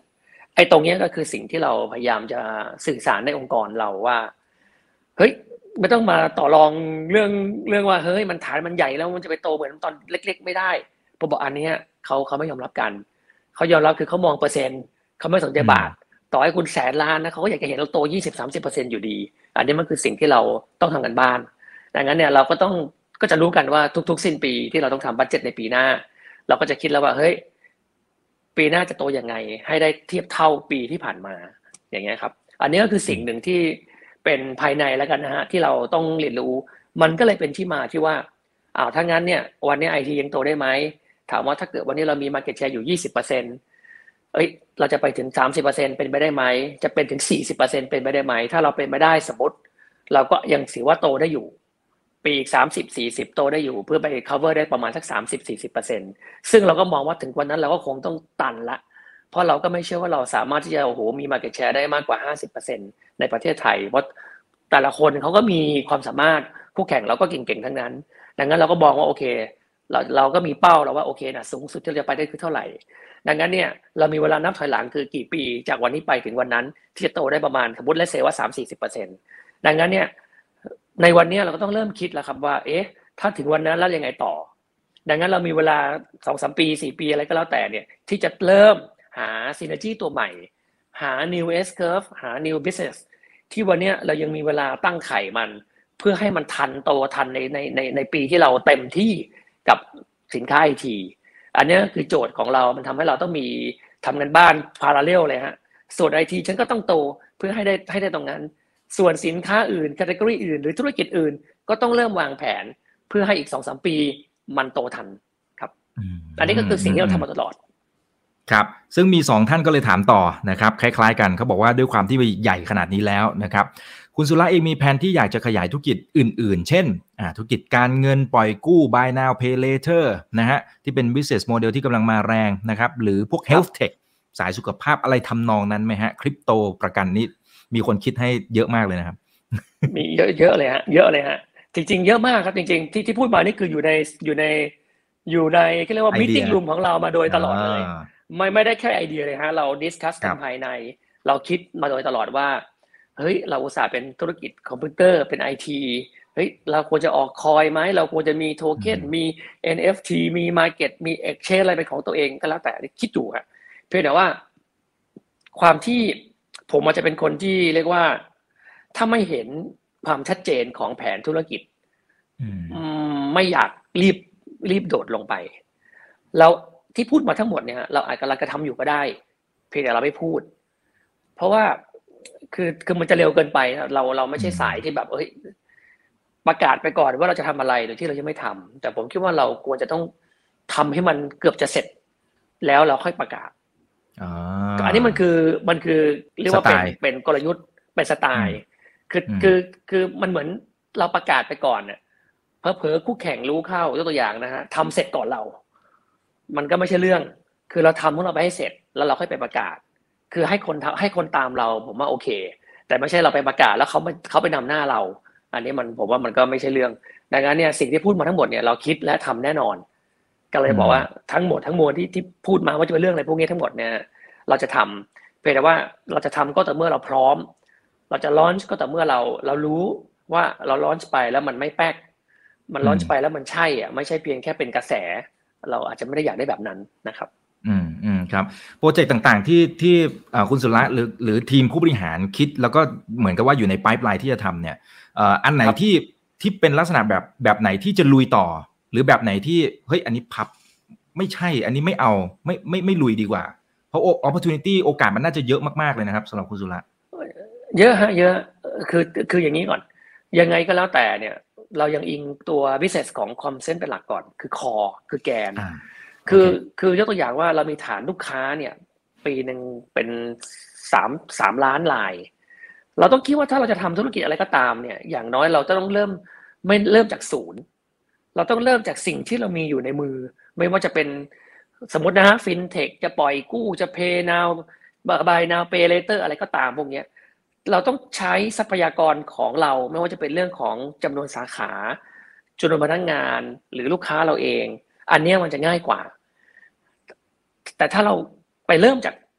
ไอ้ตรงนี้ก็คือสิ่งที่เราพยายามจะสื่อสารในองค์กรเราว่าเฮ้ยไม่ต้องมาต่อรองเรื่องเรื่องว่าเฮ้ยมันฐานมันใหญ่แล้วมันจะไปโตเหมือนตอนเล็กๆไม่ได้ผมบอกอันนี้เขาเขาไม่ยอมรับกันเขายอมรับคือเขามองเปอร์เซ็นต์เขาไม่สนใจบาทต่อให้คุณแสนล้านนะเขาก็อยากจะเห็นเราโต ยี่สิบถึงสามสิบเปอร์เซ็นต์ อยู่ดีอันนี้มันคือสิ่งที่เราต้องทำกันบ้านดังนั้นเนี่ยเราก็ต้องก็จะรู้กันว่าทุกๆสิ้นปีที่เราต้องทำบัดเจ็ตในปีหน้าเราก็จะคิดแล้วว่าเฮ้ยปีหน้าจะโตยังไงให้ได้เทียบเท่าปีที่ผ่านมาอย่างเงี้ยครับอันนี้ก็คือสิ่งหนึ่งที่เป็นภายในแล้วกันนะฮะที่เราต้องเรียนรู้มันก็เลยเป็นที่มาที่ว่าอ้าวถ้างั้นเนี่ยวันนี้ ไอ ที ยังโตได้ไหมถามว่าถ้าเกิดวันนี้เรามี market share อยู่ ยี่สิบเปอร์เซ็นต์ เอ้ยเราจะไปถึง สามสิบเปอร์เซ็นต์ เป็นไปได้ไหมจะเป็นถึง สี่สิบเปอร์เซ็นต์ เป็นไปได้ไหมถ้าเราเป็นไปได้สมมติเราก็ยังถือว่าโตได้อยู่ปีอีกสามสิบ สี่สิบโตได้อยู่เพื่อไป cover ได้ประมาณสัก สามสิบ สี่สิบเปอร์เซ็นต์ ซึ่งเราก็มองว่าถึงวันนั้นเราก็คงต้องตันละเพราะเราก็ไม่เชื่อว่าเราสามารถที่จะโอ้โหมี market share ได้มากกว่า ห้าสิบเปอร์เซ็นต์ ในประเทศไทยเพราะแต่ละคนเขาก็มีความสามารถคู่แข่งเราก็เก่งๆทั้งนั้นดังนั้นเราก็มองว่าโอเคเราเราก็มีเป้าแล้วว่าโอเคนะสูงสุดที่เราจะไปได้คือเท่าไหร่ดังนั้นเนี่ยเรามีเวลานับถอยหลังคือกี่ปีจากวันนี้ไปถึงวันนั้นที่จะโตได้ประมาณสมมติเลเซว่า สามถึงสี่สิบเปอร์เซ็นต์ ดังนั้นเนี่ยในวันนี้เราก็ต้องเริ่มคิดแล้วครับว่าเอ๊ะถ้าถึงวันนั้นแล้วยังไงต่อดังนั้นเรามีเวลา สองถึงสาม ปีสี่ปีอะไรก็แล้วแต่เนี่ยที่จะเริ่มหา synergy ตัวใหม่หา new S curve หา new business ที่วันนี้เรายังมีเวลาตั้งไข่มันเพื่อให้มันทันโตทันในในในในปีที่เราเต็มที่กับสินค้า ไอ ที อันนี้คือโจทย์ของเรามันทำให้เราต้องมีทำกันบ้านพาราเรลเลยฮะส่วน ไอ ที ฉันก็ต้องโตเพื่อให้ได้ให้ได้ตรงนั้นส่วนสินค้าอื่นแคตตากรีอื่นหรือธุรกิจอื่นก็ต้องเริ่มวางแผนเพื่อให้อีก สองถึงสาม ปีมันโตทันครับอันนี้ก็คือสิ่งที่เราทำมาตลอดครับซึ่งมีสองท่านก็เลยถามต่อนะครับคล้ายๆกันเขาบอกว่าด้วยความที่ใหญ่ขนาดนี้แล้วนะครับคุณสุระเองมีแผนที่อยากจะขยายธุรกิจอื่นๆเช่นธุรกิจการเงินปล่อยกู้ buy now pay later นะฮะที่เป็น business model ที่กำลังมาแรงนะครับหรือพวก health tech สายสุขภาพอะไรทำนองนั้นไหมฮะคริปโตประกันนี้มีคนคิดให้เยอะมากเลยนะครับมีเยอะเยอะเลยฮะเยอะเลยฮะจริงๆเยอะมากครับจริงๆที่ที่พูดมานี่คืออยู่ในอยู่ในอยู่ในเรียกว่า meeting room ของเรามาโดยตลอดเลยไม่ไม่ได้แค่ไอเดียเลยฮะเราดิสคัสกันภายในเราคิดมาโดยตลอดว่าเฮ้ยเราอุตส่าห์เป็นธุรกิจคอมพิวเตอร์เป็น ไอ ที เฮ้ยเราควรจะออกคอยไหมเราควรจะมีโทเค็นมี เอ็น เอฟ ที มี Market มี Exchange อะไรเป็นของตัวเองก็แล้วแต่คิดอยู่ฮะเพียงแต่ว่าความที่ผมอาจจะเป็นคนที่เรียกว่าถ้าไม่เห็นความชัดเจนของแผนธุรกิจไม่อยากรีบรีบโดดลงไปแล้วที่พูดมาทั้งหมดเนี่ยเราอาจกำลังกระทำอยู่ก็ได้เพียงแต่เราไม่พูดเพราะว่าคือคือมันจะเร็วเกินไปเราเราไม่ใช่สายที่แบบเอ้ยประกาศไปก่อนว่าเราจะทำอะไรโดยที่เรายังไม่ทำแต่ผมคิดว่าเราควรจะต้องทำให้มันเกือบจะเสร็จแล้วเราค่อยประกาศอันนี้มันคือมันคือเรียกว่าเป็นเป็นกลยุทธ์เป็นสไตล์คือคือคือมันเหมือนเราประกาศไปก่อนเนี่ยเผลอๆคู่แข่งรู้เข้ายกตัวอย่างนะฮะทำเสร็จก่อนเรามันก็ไม่ใช่เรื่องคือเราทำของเราไปให้เสร็จแล้วเราค่อยไปประกาศคือให้คนให้คนตามเราผมว่าโอเคแต่ไม่ใช่เราไปประกาศแล้วเขาเขาไปนำหน้าเราอันนี้มันผมว่ามันก็ไม่ใช่เรื่องดังนั้นเนี่ยสิ่งที่พูดมาทั้งหมดเนี่ยเราคิดและทำแน่นอนก็เลยบอกว่าทั้งหมดทั้งมวลที่ที่พูดมาว่าจะเป็นเรื่องอะไรพวกนี้ทั้งหมดเนี่ยเราจะทำเพียงแต่ว่าเราจะทำก็แต่เมื่อเราพร้อมเราจะลอนช์ก็แต่เมื่อเราเรารู้ว่าเราลอนช์ไปแล้วมันไม่แป๊กมันลอนช์ไปแล้วมันใช่อ่ะไม่ใช่เพียงแค่เป็นกระแสเราอาจจะไม่ได้อยากได้แบบนั้นนะครับอืมอืมครับโปรเจกต์ต่างๆที่ที่คุณสุระหรือหรือทีมผู้บริหารคิดแล้วก็เหมือนกับว่าอยู่ในไพป์ไลน์ที่จะทำเนี่ยอันไหนที่ที่เป็นลักษณะแบบแบบไหนที่จะลุยต่อหรือแบบไหนที่เฮ้ยอันนี้พับไม่ใช่อันนี้ไม่เอาไม่ไม่ไม่ลุยดีกว่าเพราะ opportunity โอกาสมันน่าจะเยอะมากๆเลยนะครับสำหรับคุณสุระเยอะฮะเยอะคือคืออย่างนี้ก่อนยังไงก็แล้วแต่เนี่ยเรายังอิงตัว business ของ Comsen เป็นหลักก่อนคือ core คือแกนคือคือยกตัวอย่างว่าเรามีฐานลูกค้าเนี่ยปีนึงเป็นสาม สามล้านรายเราต้องคิดว่าถ้าเราจะทำธุรกิจอะไรก็ตามเนี่ยอย่างน้อยเราจะต้องเริ่มไม่เริ่มจากศูนย์เราต้องเริ่มจากสิ่งที่เรามีอยู่ในมือไม่ว่าจะเป็นสมมตินะฮะ FinTech จะปล่อยกู้จะ Pay Now Buy Now Pay Later อะไรก็ตามพวกนี้เราต้องใช้ทรัพยากรของเราไม่ว่าจะเป็นเรื่องของจำนวนสาขาจำนวนพนักงานหรือลูกค้าเราเองอันนี้มันจะง่ายกว่าแต่ถ้าเราไปเริ่มจาก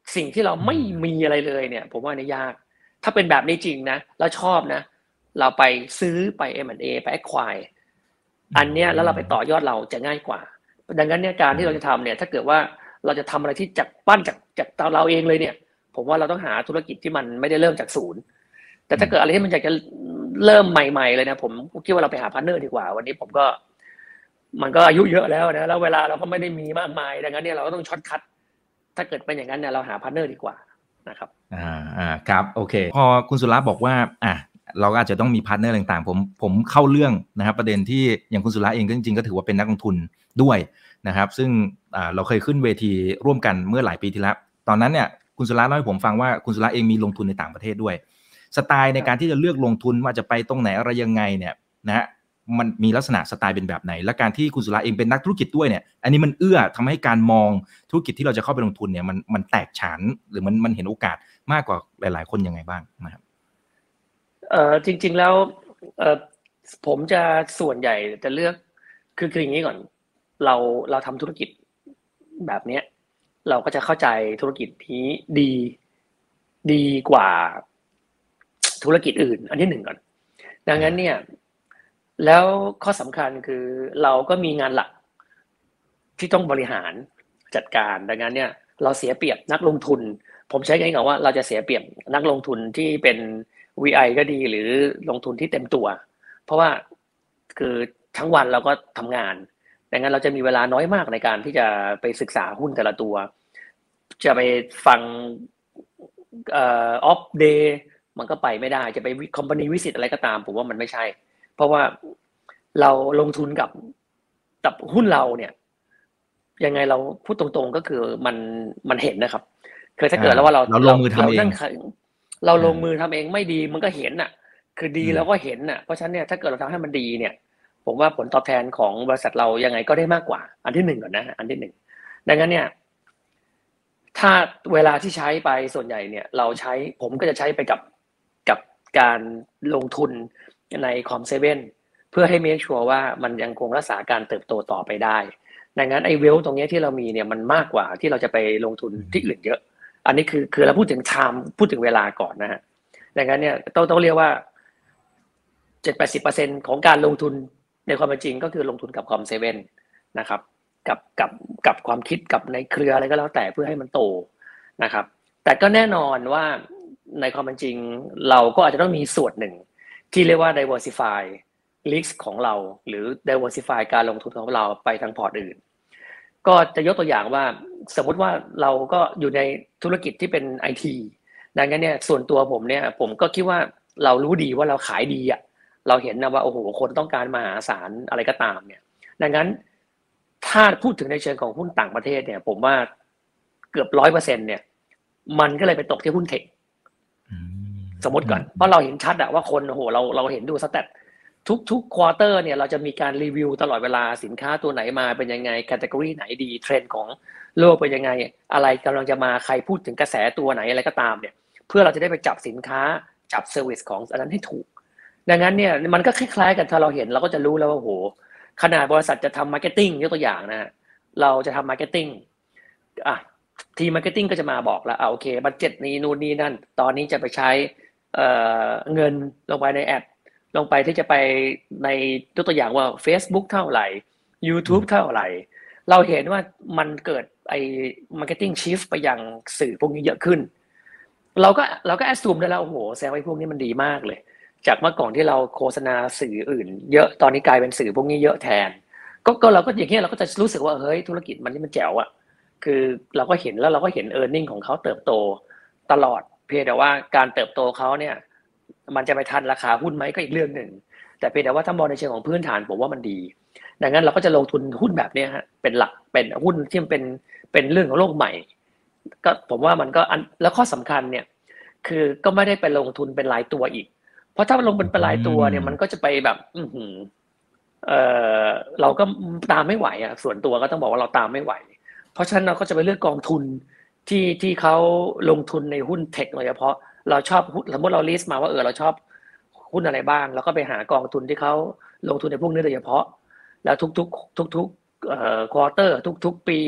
สิ่งที่เราไม่มีอะไรเลยเนี่ยผมว่านี่ยากถ้าเป็นแบบนี้จริงนะแล้วชอบนะเราไปซื้อไป เอ็ม แอนด์ เอ ไป acquire อันเนี้ยแล้วเราไปต่อยอดเราจะง่ายกว่าดังนั้นเนี่ยการที่เราจะทำเนี่ยถ้าเกิดว่าเราจะทำอะไรที่จากปั้นจากจากเราเองเลยเนี่ยผมว่าเราต้องหาธุรกิจที่มันไม่ได้เริ่มจากศูนย์แต่ถ้าเกิดอะไรที่มันอยากจะเริ่มใหม่ๆเลยนะผมคิดว่าเราไปหาพาร์ทเนอร์ดีกว่าวันนี้ผมก็มันก็อายุเยอะแล้วนะแล้วเวลาเราก็ไม่ได้มีมากมายดังนั้นเนี่ยเราก็ต้องช็อตคัทถ้าเกิดเป็นอย่างนั้นเนี่ยเราหาพาร์ทเนอร์ดีกว่านะครับอ่าอ่าครับโอเคพอคุณสุรัตน์บอกว่าอ่ะเราก็อาจจะต้องมีพาร์ทเนอร์ต่างๆผมผมเข้าเรื่องนะครับประเด็นที่อย่างคุณสุรัตน์เองก็จริงๆก็ถือว่าเป็นนักลงทุนด้วยนะครับซึ่งอ่าเราเคยขึ้นเวทีร่วมกันเมื่อหลายปีที่แล้วตอนนั้นเนี่ยคุณสุรัตน์เล่าให้ผมฟังว่าคุณสุรัตน์เองมีลงทุนในต่างประเทศด้วยสไตล์ในการที่จะเลือกลงทุนว่าจะไปตรงไหนอะไรยังไงเนี่ยนะฮะมันมีลักษณะสไตล์เป็นแบบไหนและการที่คุณสุรัตน์เองเป็นนักธุรกิจด้วยเนี่ยอันนี้มันเอื้อทำให้การมองธุรกิจที่เราจะเข้าไปลงทุนเนี่ยมันมันแตกฉานหรือมันมันเห็นโอกาสมากกว่าหลายๆคนยังไงบ้างนะครับเอ่อจริงๆแล้วเอ่อผมจะส่วนใหญ่จะเลือกคือคืออย่างนี้ก่อนเราเราทำธุรกิจแบบเนี้ยเราก็จะเข้าใจธุรกิจนี้ดีดีกว่าธุรกิจอื่นอันที่หนึ่งก่อนดังนั้นเนี่ยแล้วข้อสำคัญคือเราก็มีงานหลักที่ต้องบริหารจัดการดังนั้นเนี่ยเราเสียเปรียบนักลงทุนผมใช้คำว่าเราจะเสียเปรียบนักลงทุนที่เป็น วี ไอ ก็ดีหรือลงทุนที่เต็มตัวเพราะว่าคือทั้งวันเราก็ทำงานดังนั้นเราจะมีเวลาน้อยมากในการที่จะไปศึกษาหุ้นแต่ละตัวจะไปฟังเอ่อออฟเดย์มันก็ไปไม่ได้จะไปคอมพานีวิสิตอะไรก็ตามผมว่ามันไม่ใช่เพราะว่าเราลงทุนกับกับหุ้นเราเนี่ยยังไงเราพูดตรงๆก็คือมันมันเห็นนะครับคือถ้าเกิดแล้วว่าเราเราลงมือทำเองเราลงมือทำเองไม่ดีมันก็เห็นน่ะคือดีแล้วก็เห็นน่ะเพราะฉะนั้นเนี่ยถ้าเกิดเราทำให้มันดีเนี่ยผมว่าผลตอบแทนของบริษัทเรายังไงก็ได้มากกว่าอันที่หนึ่งก่อนนะอันที่หนึ่งดังนั้นเนี่ยถ้าเวลาที่ใช้ไปส่วนใหญ่เนี่ยเราใช้ผมก็จะใช้ไปกับกับการลงทุนในคอมเซเว่นเพื่อให้เมคชัวร์ว่ามันยังคงรักษาการเติบโตต่อไปได้ดังนั้นไอ้เวลตรงนี้ที่เรามีเนี่ยมันมากกว่าที่เราจะไปลงทุนที่อื่นเยอะอันนี้คือคือเราพูดถึง time พูดถึงเวลาก่อนนะฮะดังนั้นเนี่ยต้องต้องเรียกว่า เจ็ดถึงแปดสิบเปอร์เซ็นต์ ของการลงทุนในความเป็นจริงก็คือลงทุนกับคอมเซเว่นนะครับกับกับกับความคิดกับในเครืออะไรก็แล้วแต่เพื่อให้มันโตนะครับแต่ก็แน่นอนว่าในความเป็นจริงเราก็อาจจะต้องมีส่วนหนึ่งที่เรียกว่า diversify risk ของเราหรือ diversify การลงทุนของเราไปทางพอร์ตอื่นก็จะยกตัวอย่างว่าสมมติว่าเราก็อยู่ในธุรกิจที่เป็น ไอ ที ดังนั้นเนี่ยส่วนตัวผมเนี่ยผมก็คิดว่าเรารู้ดีว่าเราขายดีอ่ะเราเห็นนะว่าโอ้โหคนต้องการมหาศาลอะไรก็ตามเนี่ยดังนั้นถ้าพูดถึงในเชิงของหุ้นต่างประเทศเนี่ยผมว่าเกือบร้อยเปอร์เซ็นต์เนี่ยมันก็เลยไปตกที่หุ้นเทคสมมติก่อนเพราะเราเห็นชัดอะว่าคนโอ้โหเราเราเห็นดูสแตททุกทุกควอเตอร์เนี่ยเราจะมีการรีวิวตลอดเวลาสินค้าตัวไหนมาเป็นยังไงแคตตากรีไหนดีเทรนด์ของโลกเป็นยังไงอะไรกำลังจะมาใครพูดถึงกระแสตัวไหนอะไรก็ตามเนี่ยเพื่อเราจะได้ไปจับสินค้าจับเซอร์วิสของอันนั้นให้ถูกดังนั้นเนี่ยมันก็คล้ายๆกันถ้าเราเห็นเราก็จะรู้แล้วว่าโอ้โหขนาดบริษัทจะทำมาร์เก็ตติ้งยกตัวอย่างนะเราจะทำมาร์เก็ตติ้งอ่ะทีมมาร์เก็ตติ้งก็จะมาบอกแล้วอ่ะโอเคบัดเจ็ตนี้นู่นนี่นั่นตอนนี้จะไปใช้เอ่อเงินลงไปในแอดลงไปที่จะไปในตัวอย่างว่า Facebook เท่าไหร่ YouTube เท่าไหร่เราเห็นว่ามันเกิดไอ้ marketing shift ไปยังสื่อพวกนี้เยอะขึ้นเราก็เราก็แอดซูมได้แล้วโอ้โหแสดงว่าพวกนี้มันดีมากเลยจากเมื่อก่อนที่เราโฆษณาสื่ออื่นเยอะตอนนี้กลายเป็นสื่อพวกนี้เยอะแทนก็ก็เราก็อย่างเงี้ยเราก็จะรู้สึกว่าเฮ้ยธุรกิจมันนี่มันแจ๋วอะคือเราก็เห็นแล้วเราก็เห็น earning ของเขาเติบโตตลอดเพียงแต่ว่าการเติบโตเขาเนี่ยมันจะไปทันราคาหุ้นไหมก็อีกเรื่องหนึ่งแต่เพียงแต่ว่าถ้ามองในเชิงของพื้นฐานผมว่ามันดีดังนั้นเราก็จะลงทุนหุ้นแบบนี้ฮะเป็นหลักเป็นหุ้นที่มันเป็นเป็นเรื่องของโลกใหม่ก็ผมว่ามันก็แล้วข้อสำคัญเนี่ยคือก็ไม่ได้ไปลงทุนเป็นรายตัวอีกเพราะถ้าลงเป็นรายตัวเนี่ยมันก็จะไปแบบอือหือเออเราก็ตามไม่ไหวอ่ะส่วนตัวก็ต้องบอกว่าเราตามไม่ไหวเพราะฉะนั้นเราก็จะไปเลือกกองทุนที่ที่เขาลงทุนในหุ้นเทคโดยเฉพาะเราชอบสมมติเราลิสต์มาว่าเออเราชอบหุ้นอะไรบ้างแล้วก็ไปหากองทุนที่เขาลงทุนในพวกนี้โดยเฉพาะแล้วทุกๆทุกๆเอ่อควอเตอร์ทุกๆปี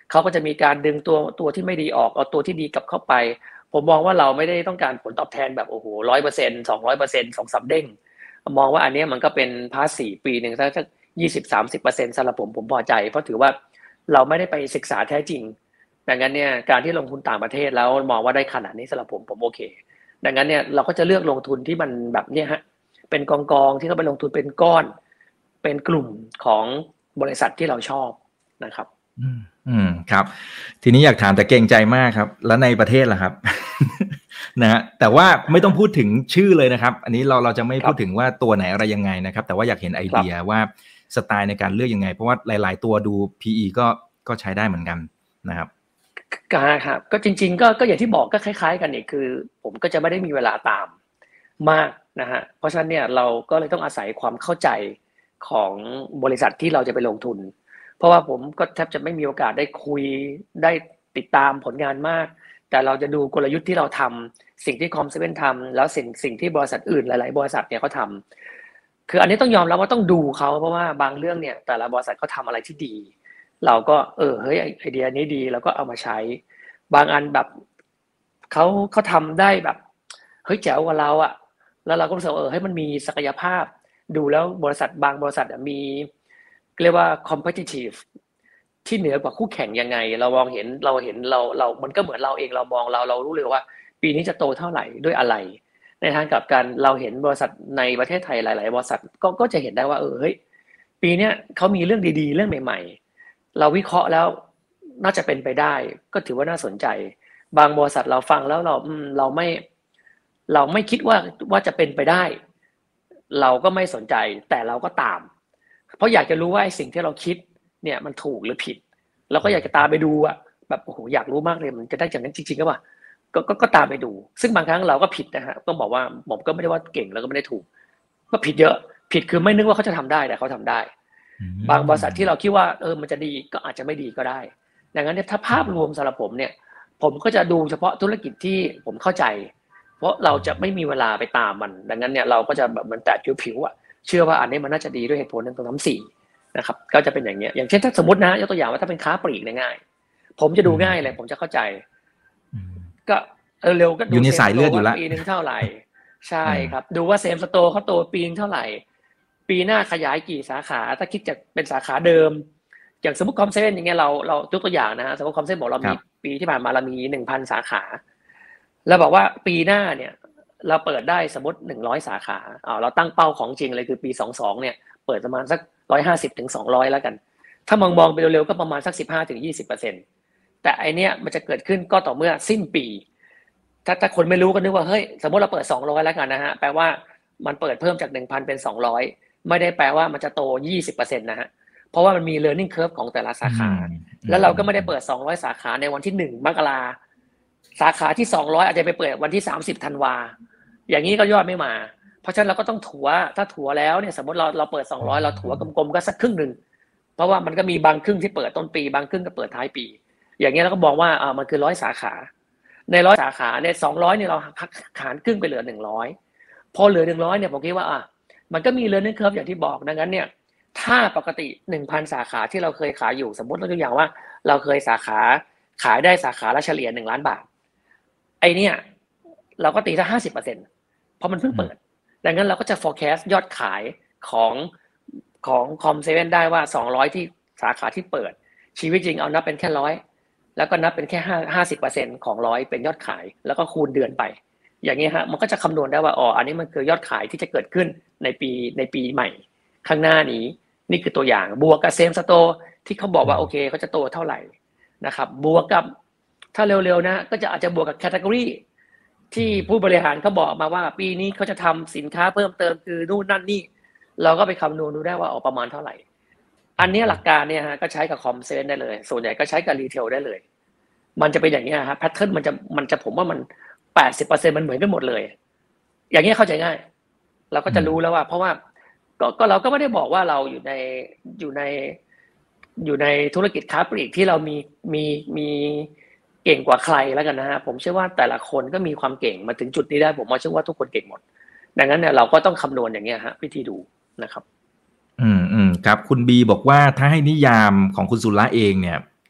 เขาก็จะมีการดึงตัวตัวที่ไม่ดีออกเอาตัวที่ดีกลับเข้าไปผมมองว่าเราไม่ได้ต้องการผลตอบแทนแบบโอ้โห ร้อยเปอร์เซ็นต์ สองร้อยเปอร์เซ็นต์ สองสามเด้งมองว่าอันนี้มันก็เป็นพาสซีฟปีนึงสัก ยี่สิบถึงสามสิบเปอร์เซ็นต์ สำหรับผมผมพอใจเพราะถือว่าเราไม่ได้ไปศึกษาแท้จริงดังนั้นเนี่ยการที่ลงทุนต่างประเทศแล้วมองว่าได้ขนาดนี้สำหรับผมผมโอเคดังนั้นเนี่ยเราก็จะเลือกลงทุนที่มันแบบเนี้ยฮะเป็นกองกองที่เขาไปลงทุนเป็นก้อนเป็นกลุ่มของบริษัทที่เราชอบนะครับอืมอืมครับทีนี้อยากถามแต่เกรงใจมากครับแล้วในประเทศล่ะครับ นะฮะแต่ว่าไม่ต้องพูดถึงชื่อเลยนะครับอันนี้เราเราจะไม่พูดถึงว่าตัวไหนอะไรยังไงนะครับแต่ว่าอยากเห็นไอเดียว่าสไตล์ในการเลือกยังไงเพราะว่าหลายๆตัวดู พี อี ก็ก็ใช้ได้เหมือนกันนะครับครับก็จริงๆก็ก็อย่างที่บอกก็คล้ายๆกันอีกคือผมก็จะไม่ได้มีเวลาตามมากนะฮะเพราะฉะนั้นเนี่ยเราก็เลยต้องอาศัยความเข้าใจของบริษัทที่เราจะไปลงทุนเพราะว่าผมก็แทบจะไม่มีโอกาสได้คุยได้ติดตามผลงานมากแต่เราจะดูกลยุทธ์ที่เราทำสิ่งที่คอมเซเว่นทำแล้วสิ่งสิ่งที่บริษัทอื่นหลายๆบริษัทเนี่ยเขาทำคืออันนี้ต้องยอมรับว่าต้องดูเขาเพราะว่าบางเรื่องเนี่ยแต่ละบริษัทเขาทำอะไรที่ดีเราก็เออเฮ้ยไอเดียนี้ดีแล้วก็เอามาใช้บางอันแบบเขาเขาทำได้แบบเฮ้ยแจ๋วกว่าเราอะแล้วเราก็รู้สึกเออให้มันมีศักยภาพดูแล้วบริษัทบางบริษัทมีเรียกว่า competitive ที่เหนือกว่าคู่แข่งยังไงเรามองเห็นเราเห็นเราเรามันก็เหมือนเราเองเรามองเราเรารู้เลยว่าปีนี้จะโตเท่าไหร่ด้วยอะไรในทางกลับกันเราเห็นบริษัทในประเทศไทยหลายๆบริษัทก็ก็จะเห็นได้ว่าเออเฮ้ยปีนี้เขามีเรื่องดีๆเรื่องใหม่ๆเราวิเคราะห์แล้วน่าจะเป็นไปได้ก็ถือว่าน่าสนใจบางบริษัทเราฟังแล้วเราอืมเราไม่เราไม่คิดว่าว่าจะเป็นไปได้เราก็ไม่สนใจแต่เราก็ตามเพราะอยากจะรู้ว่าไอ้สิ่งที่เราคิดเนี่ยมันถูกหรือผิดเราก็อยากจะตามไปดูอะแบบโอ้โหอยากรู้มากเลยมันจะได้จากนั้นจริงๆก็ป่ะก็ก็ก็ตามไปดูซึ่งบางครั้งเราก็ผิดนะฮะต้องบอกว่าผมก็ไม่ได้ว่าเก่งแล้วก็ไม่ได้ถูกก็ผิดเยอะผิดคือไม่นึกว่าเขาจะทำได้แต่เขาทำได้บางบริษัทที่เราคิดว่าเออมันจะดีก็อาจจะไม่ดีก็ได้ดังนั้นเนี่ยถ้าภาพรวมสำหรับผมเนี่ยผมก็จะดูเฉพาะธุรกิจที่ผมเข้าใจเพราะเราจะไม่มีเวลาไปตามมันดังนั้นเนี่ยเราก็จะแบบมันแตะผิวๆอ่ะเชื่อว่าอันนี้มันน่าจะดีด้วยเหตุผลหนึ่งสองสามสี่นะครับก็จะเป็นอย่างเงี้ยอย่างเช่นถ้าสมมตินะยกตัวอย่างว่าถ้าเป็นค้าปลีกง่ายผมจะดูง่ายเลยผมจะเข้าใจก็เร็วก็ดูอยู่ในสายเลือดอยู่แล้วปีนึงเท่าไหร่ใช่ครับดูว่าเซมสโตร์เขาโตปีนึงเท่าไหร่ปีหน้าขยายกี่สาขาถ้าคิดจะเป็นสาขาเดิมอย่างสมมติคอมเซเว่นอย่างเงี้ยเราเรายกตัวอย่างนะฮะสมมติคอมเซเว่นบอกเรามีปีที่ผ่านมาเรามี หนึ่งพัน สาขาแล้วบอกว่าปีหน้าเนี่ยเราเปิดได้สมมติหนึ่งร้อยสาขาอ่าเราตั้งเป้าของจริงเลยคือปีสองสิบสองเนี่ยเปิดประมาณสักหนึ่งร้อยห้าสิบถึงสองร้อยแล้วกันถ้ามองมองไปเร็วๆก็ประมาณสัก สิบห้าถึงยี่สิบเปอร์เซ็นต์ แต่ไอเนี้ยมันจะเกิดขึ้นก็ต่อเมื่อสิ้นปีถ้าถ้าคนไม่รู้ก็นึกว่าเฮ้ยสมมติเราเปิดสองร้อยแล้วกันนะฮะแปลว่ามันเปิดเพิ่มจาก หนึ่งพัน เป็นสองร้อยไม่ได้แปลว่ามันจะโต ยี่สิบเปอร์เซ็นต์ นะฮะเพราะว่ามันมี learning curve ของแต่ละสาขาแล้วเราก็ไม่ได้เปิดสองร้อยสาขาในวันที่หนึ่งมกราสาขาที่สองร้อยอาจจะไปเปิดวันที่สามสิบธันวาอย่างนี้ก็ยอดไม่มาเพราะฉะนั้นเราก็ต้องถัวถ้าถัวแล้วเนี่ยสมมติเราเราเปิดสองร้อยเราถัวกลมๆก็สักครึ่งนึงเพราะว่ามันก็มีบางครึ่งที่เปิดต้นปีบางครึ่งก็เปิดท้ายปีอย่างเงี้ยเราก็บอกว่าอ่ามันคือร้อยสาขาในร้อยสาขาเนี่ยสองร้อยเนี่ยเราหักหารครึ่งไปเหลือหนึ่งร้อยพอเหลือหนึ่งร้อยเนี่ยผมคิดว่าอ่ะมันก็มี learning curve อย่างที่บอกดังนั้นเนี่ยถ้าปกติ หนึ่งพัน สาขาที่เราเคยขายอยู่สมมติตัวอย่างว่าเราเคยสาขาขายได้สาขาละเฉลี่ยหนึ่งล้านบาทไอเนี่ยเราก็ตีซะ ห้าสิบเปอร์เซ็นต์ เพราะมันเพิ่งเปิดดังนั้นเราก็จะ forecast ยอดขายของของคอมเซเว่นได้ว่าสองร้อยที่สาขาที่เปิดชีวิตจริงเอานับเป็นแค่ร้อยแล้วก็นับเป็นแค่ห้าสิบเปอร์เซ็นต์ของร้อยเป็นยอดขายแล้วก็คูณเดือนไปอย่างนี้ฮะมันก็จะคำนวณได้ว่าอ๋ออันนี้มันคือยอดขายที่จะเกิดขึ้นในปีในปีใหม่ข้างหน้านี้นี่คือตัวอย่างบวกกับเซมสโตร์ที่เขาบอกว่าโอเคเขาจะโตเท่าไหร่นะครับบวกกับถ้าเร็วๆนะก็จะอาจจะบวกกับแคตตากรีที่ผู้บริหารเขาบอกมาว่าปีนี้เขาจะทำสินค้าเพิ่มเติมคือนู่นนั่นนี่เราก็ไปคำนวณดูได้ว่าออกประมาณเท่าไหร่อันนี้หลักการเนี่ยฮะก็ใช้กับคอมเซนได้เลยส่วนใหญ่ก็ใช้กับรีเทลได้เลยมันจะเป็นอย่างนี้ฮะแพทเทิร์นมันจะมันจะผมว่ามัน แปดสิบเปอร์เซ็นต์ มันเหมือนกันหมดเลยอย่างนี้เข้าใจง่ายเราก็จะรู้แล้วว่าเพราะว่าก็ก็เราก็ไม่ได้บอกว่าเราอยู่ในอยู่ในอยู่ในธุรกิจค้าปลีกที่เรามีมีมีเก่งกว่าใครแล้วกันนะฮะผมเชื่อว่าแต่ละคนก็มีความเก่งมาถึงจุดนี้ได้ผมว่าเชื่อว่าทุกคนเก่งหมดดังนั้นเนี่ยเราก็ต้องคำนวณอย่างเงี้ยฮะวิธีดูนะครับอืมอืมครับคุณบีบอกว่าถ้าให้นิยามของคุณสุระเองเนี่ย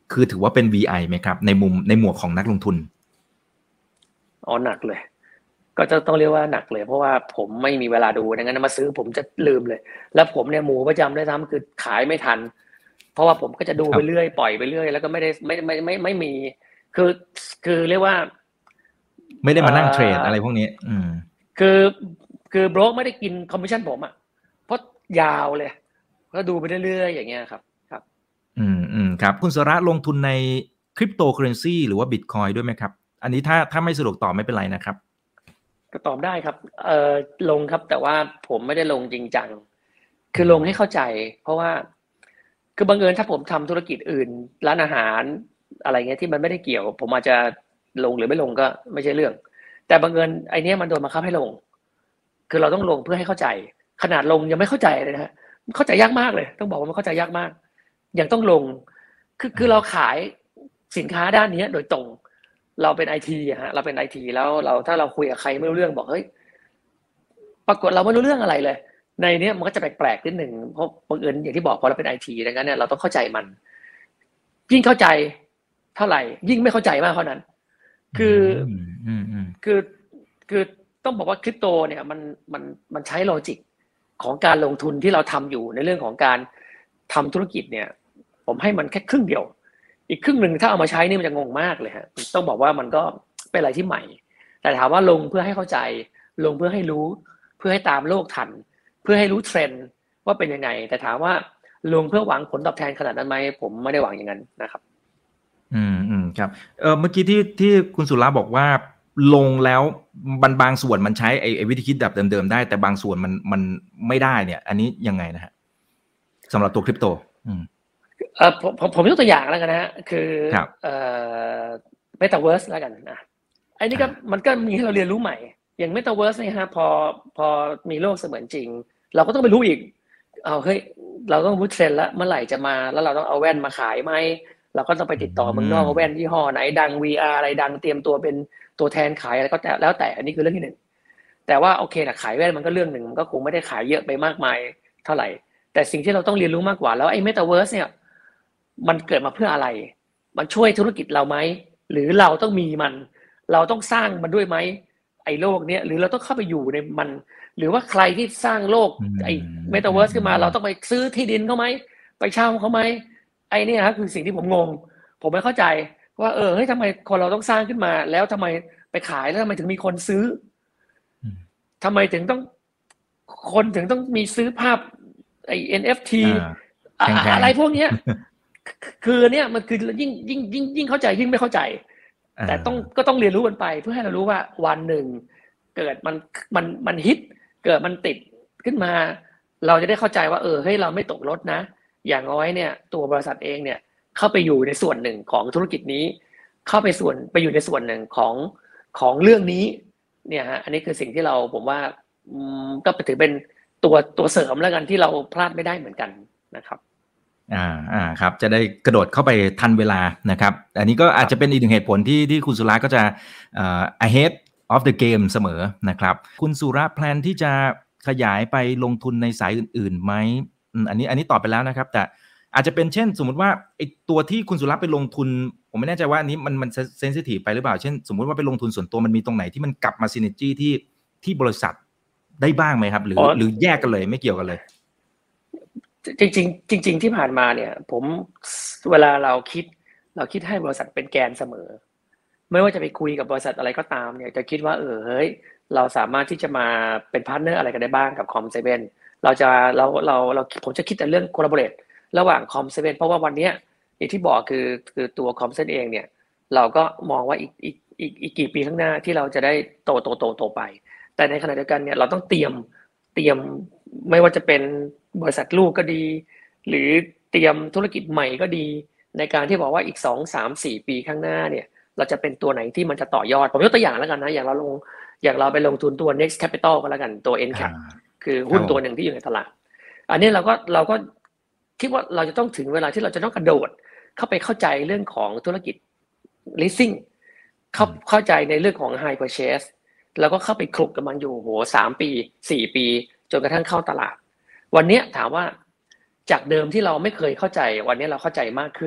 คือถือว่าเป็น วี ไอ ไหมครับในมุมในหมวกของนักลงทุนอ๋อหนักเลยก็จะต้องเรียกว่าหนักเลยเพราะว่าผมไม่มีเวลาดูดังนั้นมาซื้อผมจะลืมเลยแล้วผมเนี่ยหมูประจำได้ทำคือขายไม่ทันเพราะว่าผมก็จะดูไปเรื่อยปล่อยไปเรื่อยแล้วก็ไม่ได้ไม่ไม่ไม่ไม่มีคือคือเรียกว่าไม่ได้มานั่งเทรดอะไรพวกนี้อืมคือคือโบรกไม่ได้กินคอมมิชชั่นผมอ่ะเพราะยาวเลยก็ดูไปเรื่อยๆอย่างเงี้ยครับครับอืมอืมครับคุณสระลงทุนในคริปโตเคอเรนซีหรือว่าบิตคอยด้วยไหมครับอันนี้ถ้าถ้าไม่สะดวกตอบไม่เป็นไรนะครับก็ตอบได้ครับเอ่อลงครับแต่ว่าผมไม่ได้ลงจริงจังคือลงให้เข้าใจเพราะว่าคือบังเอิญถ้าผมทำธุรกิจอื่นร้านอาหารอะไรเงี้ยที่มันไม่ได้เกี่ยวผมอาจจะลงหรือไม่ลงก็ไม่ใช่เรื่องแต่บังเอิญไอเนี้ยมันโดนบังคับให้ลงคือเราต้องลงเพื่อให้เข้าใจขนาดลงยังไม่เข้าใจเลยนะฮะเข้าใจยากมากเลยต้องบอกว่ามันเข้าใจยากมากยังต้องลงคือคือเราขายสินค้าด้านนี้โดยตรงเราเป็นไอทีฮะเราเป็นไอทีแล้วเราถ้าเราคุยกับใครไม่รู้เรื่องบอกเฮ้ยปรากฏเราไม่รู้เรื่องอะไรเลยในนี้มันก็จะแปลกๆนิดหนึ่งเพราะบังเอิญอย่างที่บอกพอเราเป็นไอทีดังนั้นเนี่ยเราต้องเข้าใจมันยิ่งเข้าใจเท่าไหร่ยิ่งไม่เข้าใจมากเท่านั้นคือคือคือต้องบอกว่าคริปโตเนี่ยมันมันมันใช้โลจิกของการลงทุนที่เราทำอยู่ในเรื่องของการทำธุรกิจเนี่ยผมให้มันแค่ครึ่งเดียวอีกครึ่งหนึ่งถ้าเอามาใช้นี่มันจะงงมากเลยฮะต้องบอกว่ามันก็เป็นอะไรที่ใหม่แต่ถามว่าลงเพื่อให้เข้าใจลงเพื่อให้รู้เพื่อให้ตามโลกทันเพื่อให้รู้เทรนด์ว่าเป็นยังไงแต่ถามว่าลงเพื่อหวังผลตอบแทนขนาดนั้นไหมผมไม่ได้หวังอย่างนั้นนะครับอืมอืมครับเออเมื่อกี้ที่ที่คุณสุราบอกว่าลงแล้วบางบางส่วนมันใช้ไอ้ไอ้วิธีคิดแบบเดิมๆได้แต่บางส่วนมันมันไม่ได้เนี่ยอันนี้ยังไงนะฮะสำหรับตัวคริปโตอืมเออผมผมผมยกตัวอย่างแล้วกันนะฮะคือเอ่อเมตาเวิร์สแล้วกันนะไอ้นี่ก็มันก็มีให้เราเรียนรู้ใหม่อย่างเมตาเวิร์สเนี่ยฮะพอพอมีโลกเสมือนจริงเราก็ต้องไปรู้อีกเอาเฮ้ยเราต้องรู้เทรนด์แล้วเมื่อไหร่จะมาแล้วเราต้องเอาแว่นมาขายไหมเราก็ต้องไปติดต่อเมืองนอกว่าแว่นยี่ห้อไหนดัง วี อาร์ อะไรดังเตรียมตัวเป็นตัวแทนขายอะไรก็แล้วแต่อันนี้คือเรื่องที่หนึ่งแต่ว่าโอเคนะขายแว่นมันก็เรื่องหนึ่งมันก็คงไม่ได้ขายเยอะไปมากมายเท่าไหร่แต่สิ่งที่เราต้องเรียนรู้มากกว่าแล้วไอ้เมตาเวิร์สเนี่ยมันเกิดมาเพื่ออะไร มันช่วยธุรกิจเราไหม หรือเราต้องมีมัน เราต้องสร้างมันด้วยไหมไอ้โลกเนี้ยหรือเราต้องเข้าไปอยู่ในมัน หรือว่าใครที่สร้างโลกไอ้เมตาเวิร์สขึ้นมาเราต้องไปซื้อที่ดินเขาไหมไปเช่าเขาไหมไอ้นี่ครับคือสิ่งที่ผมงงผมไม่เข้าใจว่าเออเฮ้ยทำไมคนเราต้องสร้างขึ้นมาแล้วทำไมไปขายแล้วทำไมถึงมีคนซื้อทำไมถึงต้องคนถึงต้องมีซื้อภาพไอ้ เอ็น เอฟ ที อะไรพวกเนี้ยคือเนี่ยมันคือยิ่งยิ่งยิ่งยิ่งเข้าใจยิ่งไม่เข้าใจแต่ต้องก็ต้องเรียนรู้กันไปเพื่อให้เรารู้ว่าวันหนึ่งเกิดมันมันมันฮิตเกิดมันติดขึ้นมาเราจะได้เข้าใจว่าเออเฮ้ยเราไม่ตกรถนะอย่างน้อยเนี่ยตัวบริษัทเองเนี่ยเข้าไปอยู่ในส่วนหนึ่งของธุรกิจนี้เข้าไปส่วนไปอยู่ในส่วนหนึ่งของของเรื่องนี้เนี่ยฮะอันนี้คือสิ่งที่เราผมว่าก็ถือเป็นตัวตัวเสริมแล้วกันที่เราพลาดไม่ได้เหมือนกันนะครับอ่าอ่าครับจะได้กระโดดเข้าไปทันเวลานะครับอันนี้ก็อาจจะเป็นอีกหนึ่งเหตุผลที่ที่คุณสุราก็จะเอ่อ ahead of the game เสมอนะครับคุณสุราแพลนที่จะขยายไปลงทุนในสายอื่นๆไหมอันนี้อันนี้ตอบไปแล้วนะครับแต่อาจจะเป็นเช่นสมมุติว่าไอ้ตัวที่คุณสุราไปลงทุนผมไม่แน่ใจว่าอันนี้มันมันเซนซิทีฟไปหรือเปล่าเช่นสมมุติว่าไปลงทุนส่วนตัวมันมีตรงไหนที่มันกลับมาซินเนจี้ที่ที่บริษัทได้บ้างไหมครับหรือหรือแยกกันเลยไม่เกี่ยวกันเลยจริงๆจริงๆที่ผ่านมาเนี่ยผมเวลาเราคิดเราคิดให้บริษัทเป็นแกนเสมอไม่ว่าจะไปคุยกับบริษัทอะไรก็ตามเนี่ยจะคิดว่าเออเฮ้ยเราสามารถที่จะมาเป็นพาร์ทเนอร์อะไรกันได้บ้างกับคอมเซเว่นเราจะเราเราเราผมจะคิดแต่เรื่อง collaborate ระหว่างคอมเซเว่นเพราะว่าวันนี้อย่างที่บอกคือคือตัวคอมเซเว่นเองเนี่ยเราก็มองว่าอีกอีกอีกอีกกี่ปีข้างหน้าที่เราจะได้โตโตโตโตไปแต่ในขณะเดียวกันเนี่ยเราต้องเตรียมเตรียมไม่ว่าจะเป็นบริษัทลูกก็ดีหรือเตรียมธุรกิจใหม่ก็ดีในการที่บอกว่าอีกสอง สาม สี่ปีข้างหน้าเนี่ยเราจะเป็นตัวไหนที่มันจะต่อยอดผมยกตัวอย่างแล้วกันนะอย่างเราลงอย่างเราไปลงทุนตัว Next Capital ก็แล้วกันตัว เอ็น แคป คือหุ้นตัวหนึ่งที่อยู่ในตลาดอันนี้เราก็เราก็คิดว่าเราจะต้องถึงเวลาที่เราจะต้องกระโดดเข้าไปเข้าใจเรื่องของธุรกิจ leasing เข้าเข้าใจในเรื่องของ high purchase แล้วก็เข้าไปคลุกกับมันอยู่โหสามปีสี่ปีจนกระทั่งเข้าตลาดวันนี้ถามว่าจากเดิมที่เราไม่เคยเข้าใจวันนี้เราเข้าใจมากขึ้น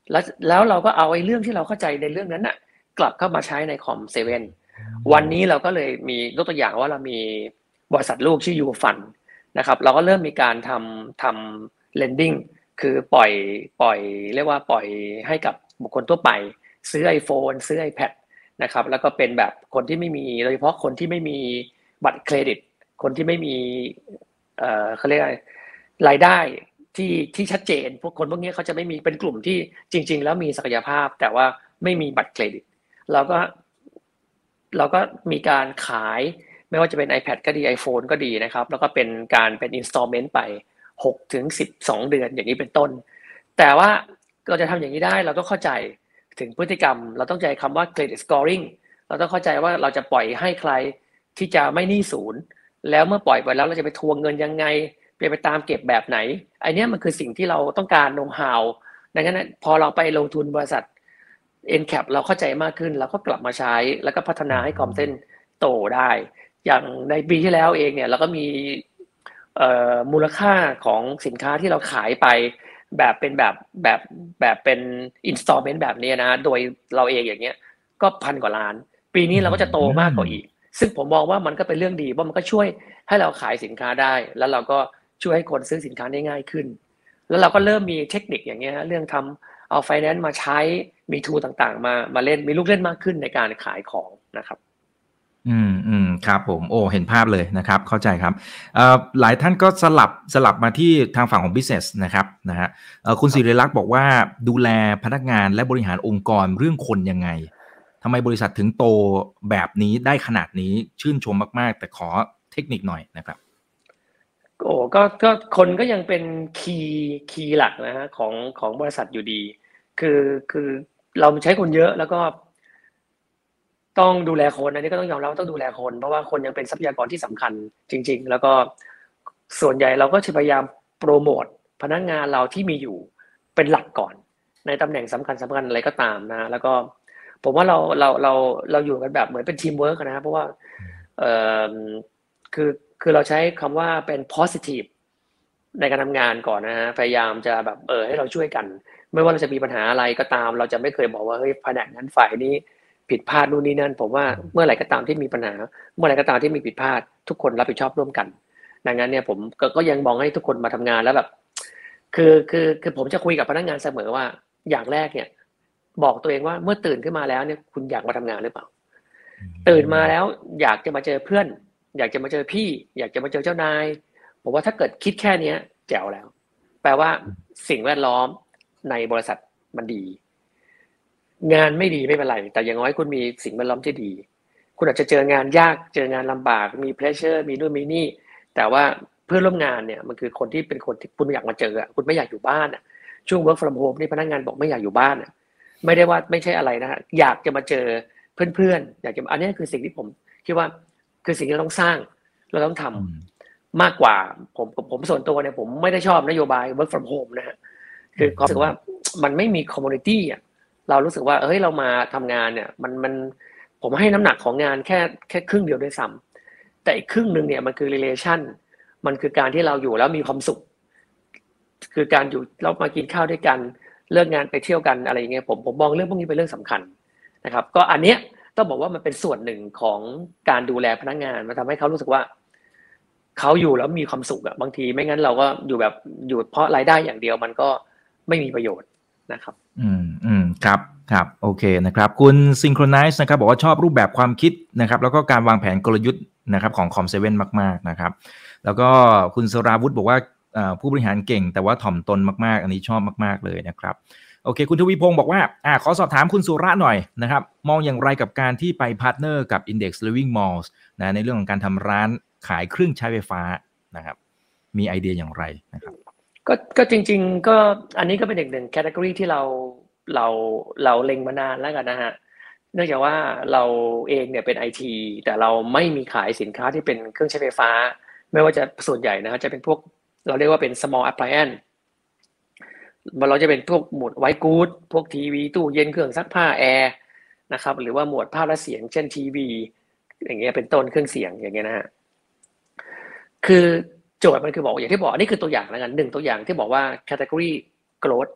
แล้วแล้วเราก็เอาไอ้เรื่องที่เราเข้าใจในเรื่องนั้นน่ะกลับเข้ามาใช้ในคอมเซเว่นวันนี้เราก็เลยมียกตัวอย่างว่าเรามีบริษัทลูกชื่อยูฟันนะครับเราก็เริ่มมีการทำทำ lending คือปล่อยปล่อยเรียกว่าปล่อยให้กับบุคคลทั่วไปซื้อ iPhone ซื้อ iPad นะครับแล้วก็เป็นแบบคนที่ไม่มีโดยเฉพาะคนที่ไม่มีบัตรเครดิตคนที่ไม่มีเอ่อเขาเรียกอะไรรายได้ที่ที่ชัดเจนพวกคนพวกนี้เขาจะไม่มีเป็นกลุ่มที่จริงๆแล้วมีศักยภาพแต่ว่าไม่มีบัตรเครดิตเราก็เราก็มีการขายไม่ว่าจะเป็น iPad ก็ดี iPhone ก็ดีนะครับแล้วก็เป็นการเป็น installment ไปหกถึงสิบสองเดือนอย่างนี้เป็นต้นแต่ว่าเราจะทำอย่างนี้ได้เราต้องเข้าใจถึงพฤติกรรมเราต้องใจคำว่า credit scoring เราต้องเข้าใจว่าเราจะปล่อยให้ใครที่จะไม่หนี้ศูนย์แล้วเมื่อปล่อยไปแล้วเราจะไปทวงเงินยังไงไปตามเก็บแบบไหนไอเนี้ยมันคือสิ่งที่เราต้องการโน้ตฮาวดังนั้นพอเราไปลงทุนบริษัท เอ็น แคป เราเข้าใจมากขึ้นเราก็กลับมาใช้แล้วก็พัฒนาให้คอมเส้นโตได้อย่างในปีที่แล้วเองเนี่ยเราก็มีมูลค่าของสินค้าที่เราขายไปแบบเป็นแบบแบบแบบเป็น installment แบบนี้นะโดยเราเองอย่างเงี้ยก็พันกว่าล้านปีนี้เราก็จะโตมากกว่าอีกซึ่งผมมองว่ามันก็เป็นเรื่องดีเพราะมันก็ช่วยให้เราขายสินค้าได้แล้วเราก็ช่วยให้คนซื้อสินค้าได้ง่ายขึ้นแล้วเราก็เริ่มมีเทคนิคอย่างเงี้ยเรื่องทำเอาไฟแนนซ์มาใช้มีทูต่างๆมามาเล่นมีลูกเล่นมากขึ้นในการขายของนะครับอืมอืมครับผมโอ้เห็นภาพเลยนะครับเข้าใจครับเอ่อหลายท่านก็สลับสลับมาที่ทางฝั่งของ business นะครับนะฮะเอ่อคุณศิริลักษณ์บอกว่าดูแลพนักงานและบริหารองค์กรเรื่องคนยังไงทำไมบริษัทถึงโตแบบนี้ได้ขนาดนี้ชื่นชมมากๆแต่ขอเทคนิคหน่อยนะครับโอ้ก็ก็คนก็ยังเป็นคีย์คีย์หลักนะฮะของของบริษัทอยู่ดีคือคือเราใช้คนเยอะแล้วก็ต้องดูแลคนอันนี้ก็ต้องยอมรับว่าต้องดูแลคนเพราะว่าคนยังเป็นทรัพยากรที่สำคัญจริงๆแล้วก็ส่วนใหญ่เราก็จะพยายามโปรโมทพนักงานเราที่มีอยู่เป็นหลักก่อนในตำแหน่งสำคัญสำคัญอะไรก็ตามนะแล้วก็ผมว่าเราเราเราเราอยู่กันแบบเหมือนเป็นทีมเวิร์กนะเพราะว่าเอ่อคือคือเราใช้คำว่าเป็น positive ในการทำงานก่อนนะฮะพยายามจะแบบเออให้เราช่วยกันไม่ว่าเราจะมีปัญหาอะไรก็ตามเราจะไม่เคยบอกว่าเฮ้ยแผนกนั้นฝ่ายนี้ผิดพลาดนู่นนี่นั่นผมว่าเมื่อไหร่ก็ตามที่มีปัญหาเมื่อไหร่ก็ตามที่มีผิดพลาดทุกคนรับผิดชอบร่วมกันดังนั้นเนี่ยผมก็ก็ยังมองให้ทุกคนมาทำงานแล้วแบบคือคือคือผมจะคุยกับพนักงานเสมอว่าอย่างแรกเนี่ยบอกตัวเองว่าเมื่อตื่นขึ้นมาแล้วเนี่ยคุณอยากมาทำงานหรือเปล่าตื่นมาแล้วอยากจะมาเจอเพื่อนอยากจะมาเจอพี่อยากจะมาเจอเจ้านายผมว่าถ้าเกิดคิดแค่นี้แจ๋วแล้วแปลว่าสิ่งแวดล้อมในบริษัทมันดีงานไม่ดีไม่เป็นไรแต่อย่างน้อยคุณมีสิ่งแวดล้อมที่ดีคุณอาจจะเจองานยากเจองานลำบากมีเพรสเชอร์มีนู่นมีนี่แต่ว่าเพื่อนร่วมงานเนี่ยมันคือคนที่เป็นคนที่คุณอยากมาเจอคุณไม่อยากอยู่บ้านอ่ะช่วง work from home นี่พนักงานบอกไม่อยากอยู่บ้านอ่ะไม่ได้ว่าไม่ใช่อะไรนะฮะอยากจะมาเจอเพื่อนๆอยากจะอันนี้คือสิ่งที่ผมคิดว่าคือสิ่งที่เราต้องสร้างเราต้องทำมากกว่าผมผมส่วนตัวเนี่ยผมไม่ได้ชอบนโยบาย work from home นะฮะคือรู้สึกว่ามันไม่มี community อ่ะเรารู้สึกว่าเฮ้ยเรามาทำงานเนี่ยมันมันผมให้น้ำหนักของงานแค่แค่ครึ่งเดียวด้วยซ้ำแต่อีกครึ่งหนึ่งเนี่ยมันคือ relation มันคือการที่เราอยู่แล้วมีความสุขคือการอยู่เรามากินข้าวด้วยกันเลิกงานไปเที่ยวกันอะไรอย่างเงี้ยผมผมมองเรื่องพวกนี้เป็นเรื่องสำคัญนะครับก็อันเนี้ยต้องบอกว่ามันเป็นส่วนหนึ่งของการดูแลพนักงานมันทำให้เขารู้สึกว่าเขาอยู่แล้วมีความสุขอะบางทีไม่งั้นเราก็อยู่แบบอยู่เพราะรายได้อย่างเดียวมันก็ไม่มีประโยชน์นะครับอืมอืมครับครับโอเคนะครับคุณ Synchronize นะครับบอกว่าชอบรูปแบบความคิดนะครับแล้วก็การวางแผนกลยุทธ์นะครับของ คอม เซเว่น มากๆนะครับแล้วก็คุณสราวุธบอกว่าผู้บริหารเก่งแต่ว่าถ่อมตนมากๆอันนี้ชอบมากๆเลยนะครับโอเคคุณทวีพงศ์บอกว่าอ่าขอสอบถามคุณสุระหน่อยนะครับมองอย่างไรกับการที่ไปพาร์ทเนอร์กับ Index Living Malls นะในเรื่องของการทำร้านขายเครื่องใช้ไฟฟ้านะครับมีไอเดียอย่างไรนะครับก็ก็จริงๆก็อันนี้ก็เป็นอีกหนึ่งแคตตากรีที่เราเราเราเล็งมานานแล้วกันนะฮะเนื่องจากว่าเราเองเนี่ยเป็นไอทีแต่เราไม่มีขายสินค้าที่เป็นเครื่องใช้ไฟฟ้าไม่ว่าจะส่วนใหญ่นะฮะจะเป็นพวกเราเรียกว่าเป็น small appliance เราจะเป็นพวกหมวดไวท์กู๊ดพวกทีวีตู้เย็นเครื่องซักผ้าแอร์นะครับหรือว่าหมวดภาพและเสียงเช่นทีวีอย่างเงี้ยเป็นต้นเครื่องเสียงอย่างเงี้ยนะฮะคือโจทย์มันคือบอกอย่างที่บอกอันนี้คือตัวอย่างแล้วกันหนึ่งตัวอย่างที่บอกว่า category growth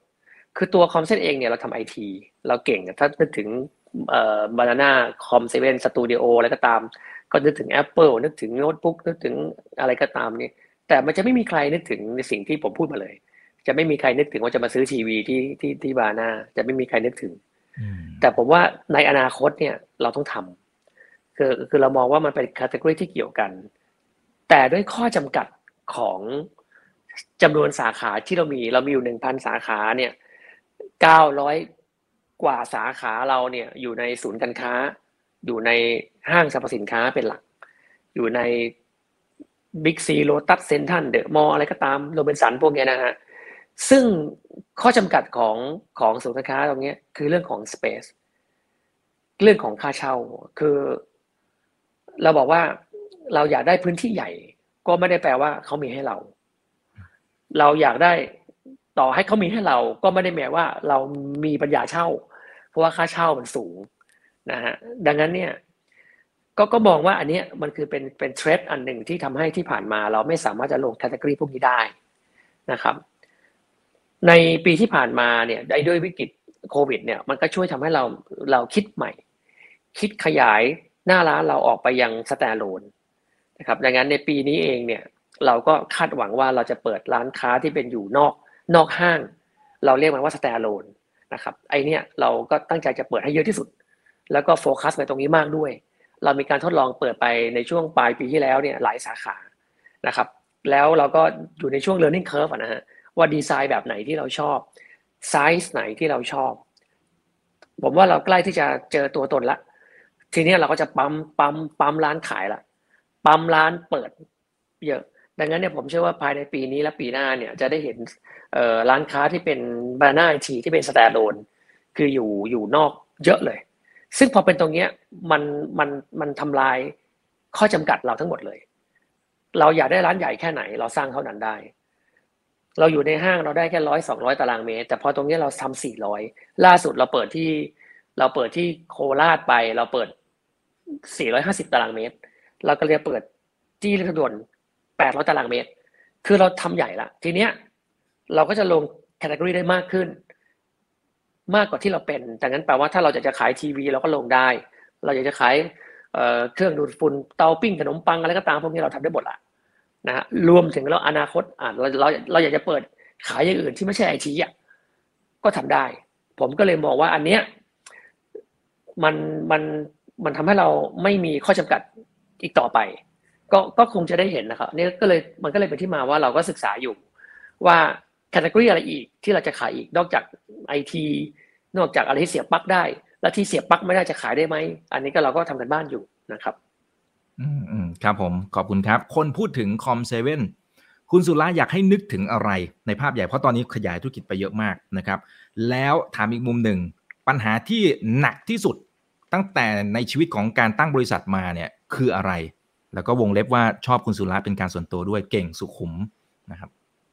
คือตัวคอมเซ็ตเองเนี่ยเราทำไอทีเราเก่งถ้านึกถึงเอ่อบานาน่าคอมเซเว่นสตูดิโออะไรก็ตามก็นึกถึง Apple นึกถึงโน้ตบุ๊กนึกถึงอะไรก็ตามนี่แต่มันจะไม่มีใครนึกถึงในสิ่งที่ผมพูดมาเลยจะไม่มีใครนึกถึงว่าจะมาซื้อทีวีที่ที่ที่บานาน่าจะไม่มีใครนึกถึงแต่ผมว่าในอนาคตเนี่ยเราต้องทำคือคือเรามองว่ามันเป็นแคตตากรีที่เกี่ยวกันแต่ด้วยข้อจำกัดของจำนวนสาขาที่เรามีเรามีอยู่ หนึ่งพัน สาขาเนี่ยเก้าร้อยกว่าสาขาเราเนี่ยอยู่ในศูนย์การค้าอยู่ในห้างสรรพสินค้าเป็นหลักอยู่ในบิ๊กซีโลตัสเซ็นทรัลเดอะมอลล์อะไรก็ตามโรบินสันพวกนี้นะฮะซึ่งข้อจำกัดของของศูนย์การค้าตรงนี้คือเรื่องของ space เรื่องของค่าเช่าคือเราบอกว่าเราอยากได้พื้นที่ใหญ่ก็ไม่ได้แปลว่าเขามีให้เราเราอยากได้ต่อให้เขามีให้เราก็ไม่ได้หมายว่าเรามีปัญญาเช่าเพราะว่าค่าเช่ามันสูงนะฮะดังนั้นเนี่ยก็ก็มองว่าอันนี้มันคือเป็นเป็นเทรดอันหนึ่งที่ทำให้ที่ผ่านมาเราไม่สามารถจะลงแคตตากรีพวกนี้ได้นะครับในปีที่ผ่านมาเนี่ยได้ด้วยวิกฤตโควิดเนี่ยมันก็ช่วยทำให้เราเราคิดใหม่คิดขยายหน้าร้านเราออกไปยังสแตนด์อะโลนนะครับดังนั้นในปีนี้เองเนี่ยเราก็คาดหวังว่าเราจะเปิดร้านค้าที่เป็นอยู่นอกนอกห้างเราเรียกมันว่าสแตนด์อะโลนนะครับไอเนี้ยเราก็ตั้งใจจะเปิดให้เยอะที่สุดแล้วก็โฟกัสไปตรงนี้มากด้วยเรามีการทดลองเปิดไปในช่วงปลายปีที่แล้วเนี่ยหลายสาขานะครับแล้วเราก็อยู่ในช่วง learning curve นะฮะว่าดีไซน์แบบไหนที่เราชอบไซส์ไหนที่เราชอบผมว่าเราใกล้ที่จะเจอตัวตนละทีนี้เราก็จะปั๊มปั๊มปั๊มร้านขายละปั๊มร้านเปิดเยอะดังนั้นเนี่ยผมเชื่อว่าภายในปีนี้และปีหน้าเนี่ยจะได้เห็นเอ่อร้านค้าที่เป็นบานาน่าไอทีที่เป็นสแตนด์อะโลนคืออยู่อยู่นอกเยอะเลยซึ่งพอเป็นตรงเนี้ยมันมันมันทำลายข้อจำกัดเราทั้งหมดเลยเราอยากได้ร้านใหญ่แค่ไหนเราสร้างเท่านั้นได้เราอยู่ในห้างเราได้แค่ร้อยสองร้อยตารางเมตรแต่พอตรงนี้เราทำสี่ร้อยล่าสุดเราเปิดที่เราเปิดที่โคราชไปเราเปิดสี่ร้อยห้าสิบตารางเมตรเราก็เลยเปิดที่ริมถนนแปดร้อยตารางเมตรคือเราทำใหญ่ละทีเนี้ยเราก็จะลงแคตตากรีได้มากขึ้นมากกว่าที่เราเป็นดังนั้นแปลว่าถ้าเราอยากจะขายทีวีเราก็ลงได้เราอยากจะขายเอ่อเครื่องดูดฝุ่นเตาปิ้งขนมปังอะไรก็ตามพวกนี้เราทำได้หมดละนะฮะรวมถึงแล้วอนาคตอ่าเราเราเราอยากจะเปิดขายอย่างอื่นที่ไม่ใช่ไอทีอ่ะก็ทำได้ผมก็เลยมองว่าอันเนี้ยมันมันมันทำให้เราไม่มีข้อจำกัดอีกต่อไปก็ก็คงจะได้เห็นนะครับนี่ก็เลยมันก็เลยเป็นที่มาว่าเราก็ศึกษาอยู่ว่าแคตตากรีอะไรอีกที่เราจะขายอีกนอกจากไอทีนอกจากอะไรที่เสียบปลั๊กได้และที่เสียบปลั๊กไม่ได้จะขายได้ไหมอันนี้ก็เราก็ทำกันบ้านอยู่นะครับอืมอืมครับผมขอบคุณครับคนพูดถึงคอมเซเว่นคุณสุราอยากให้นึกถึงอะไรในภาพใหญ่เพราะตอนนี้ขยายธุรกิจไปเยอะมากนะครับแล้วถามอีกมุมหนึ่งปัญหาที่หนักที่สุดตั้งแต่ในชีวิตของการตั้งบริษัทมาเนี่ยคืออะไรแล้วก็วงเล็บว่าชอบคุณสุราเป็นการส่วนตัวด้วยเก่งสุขุมนะครับ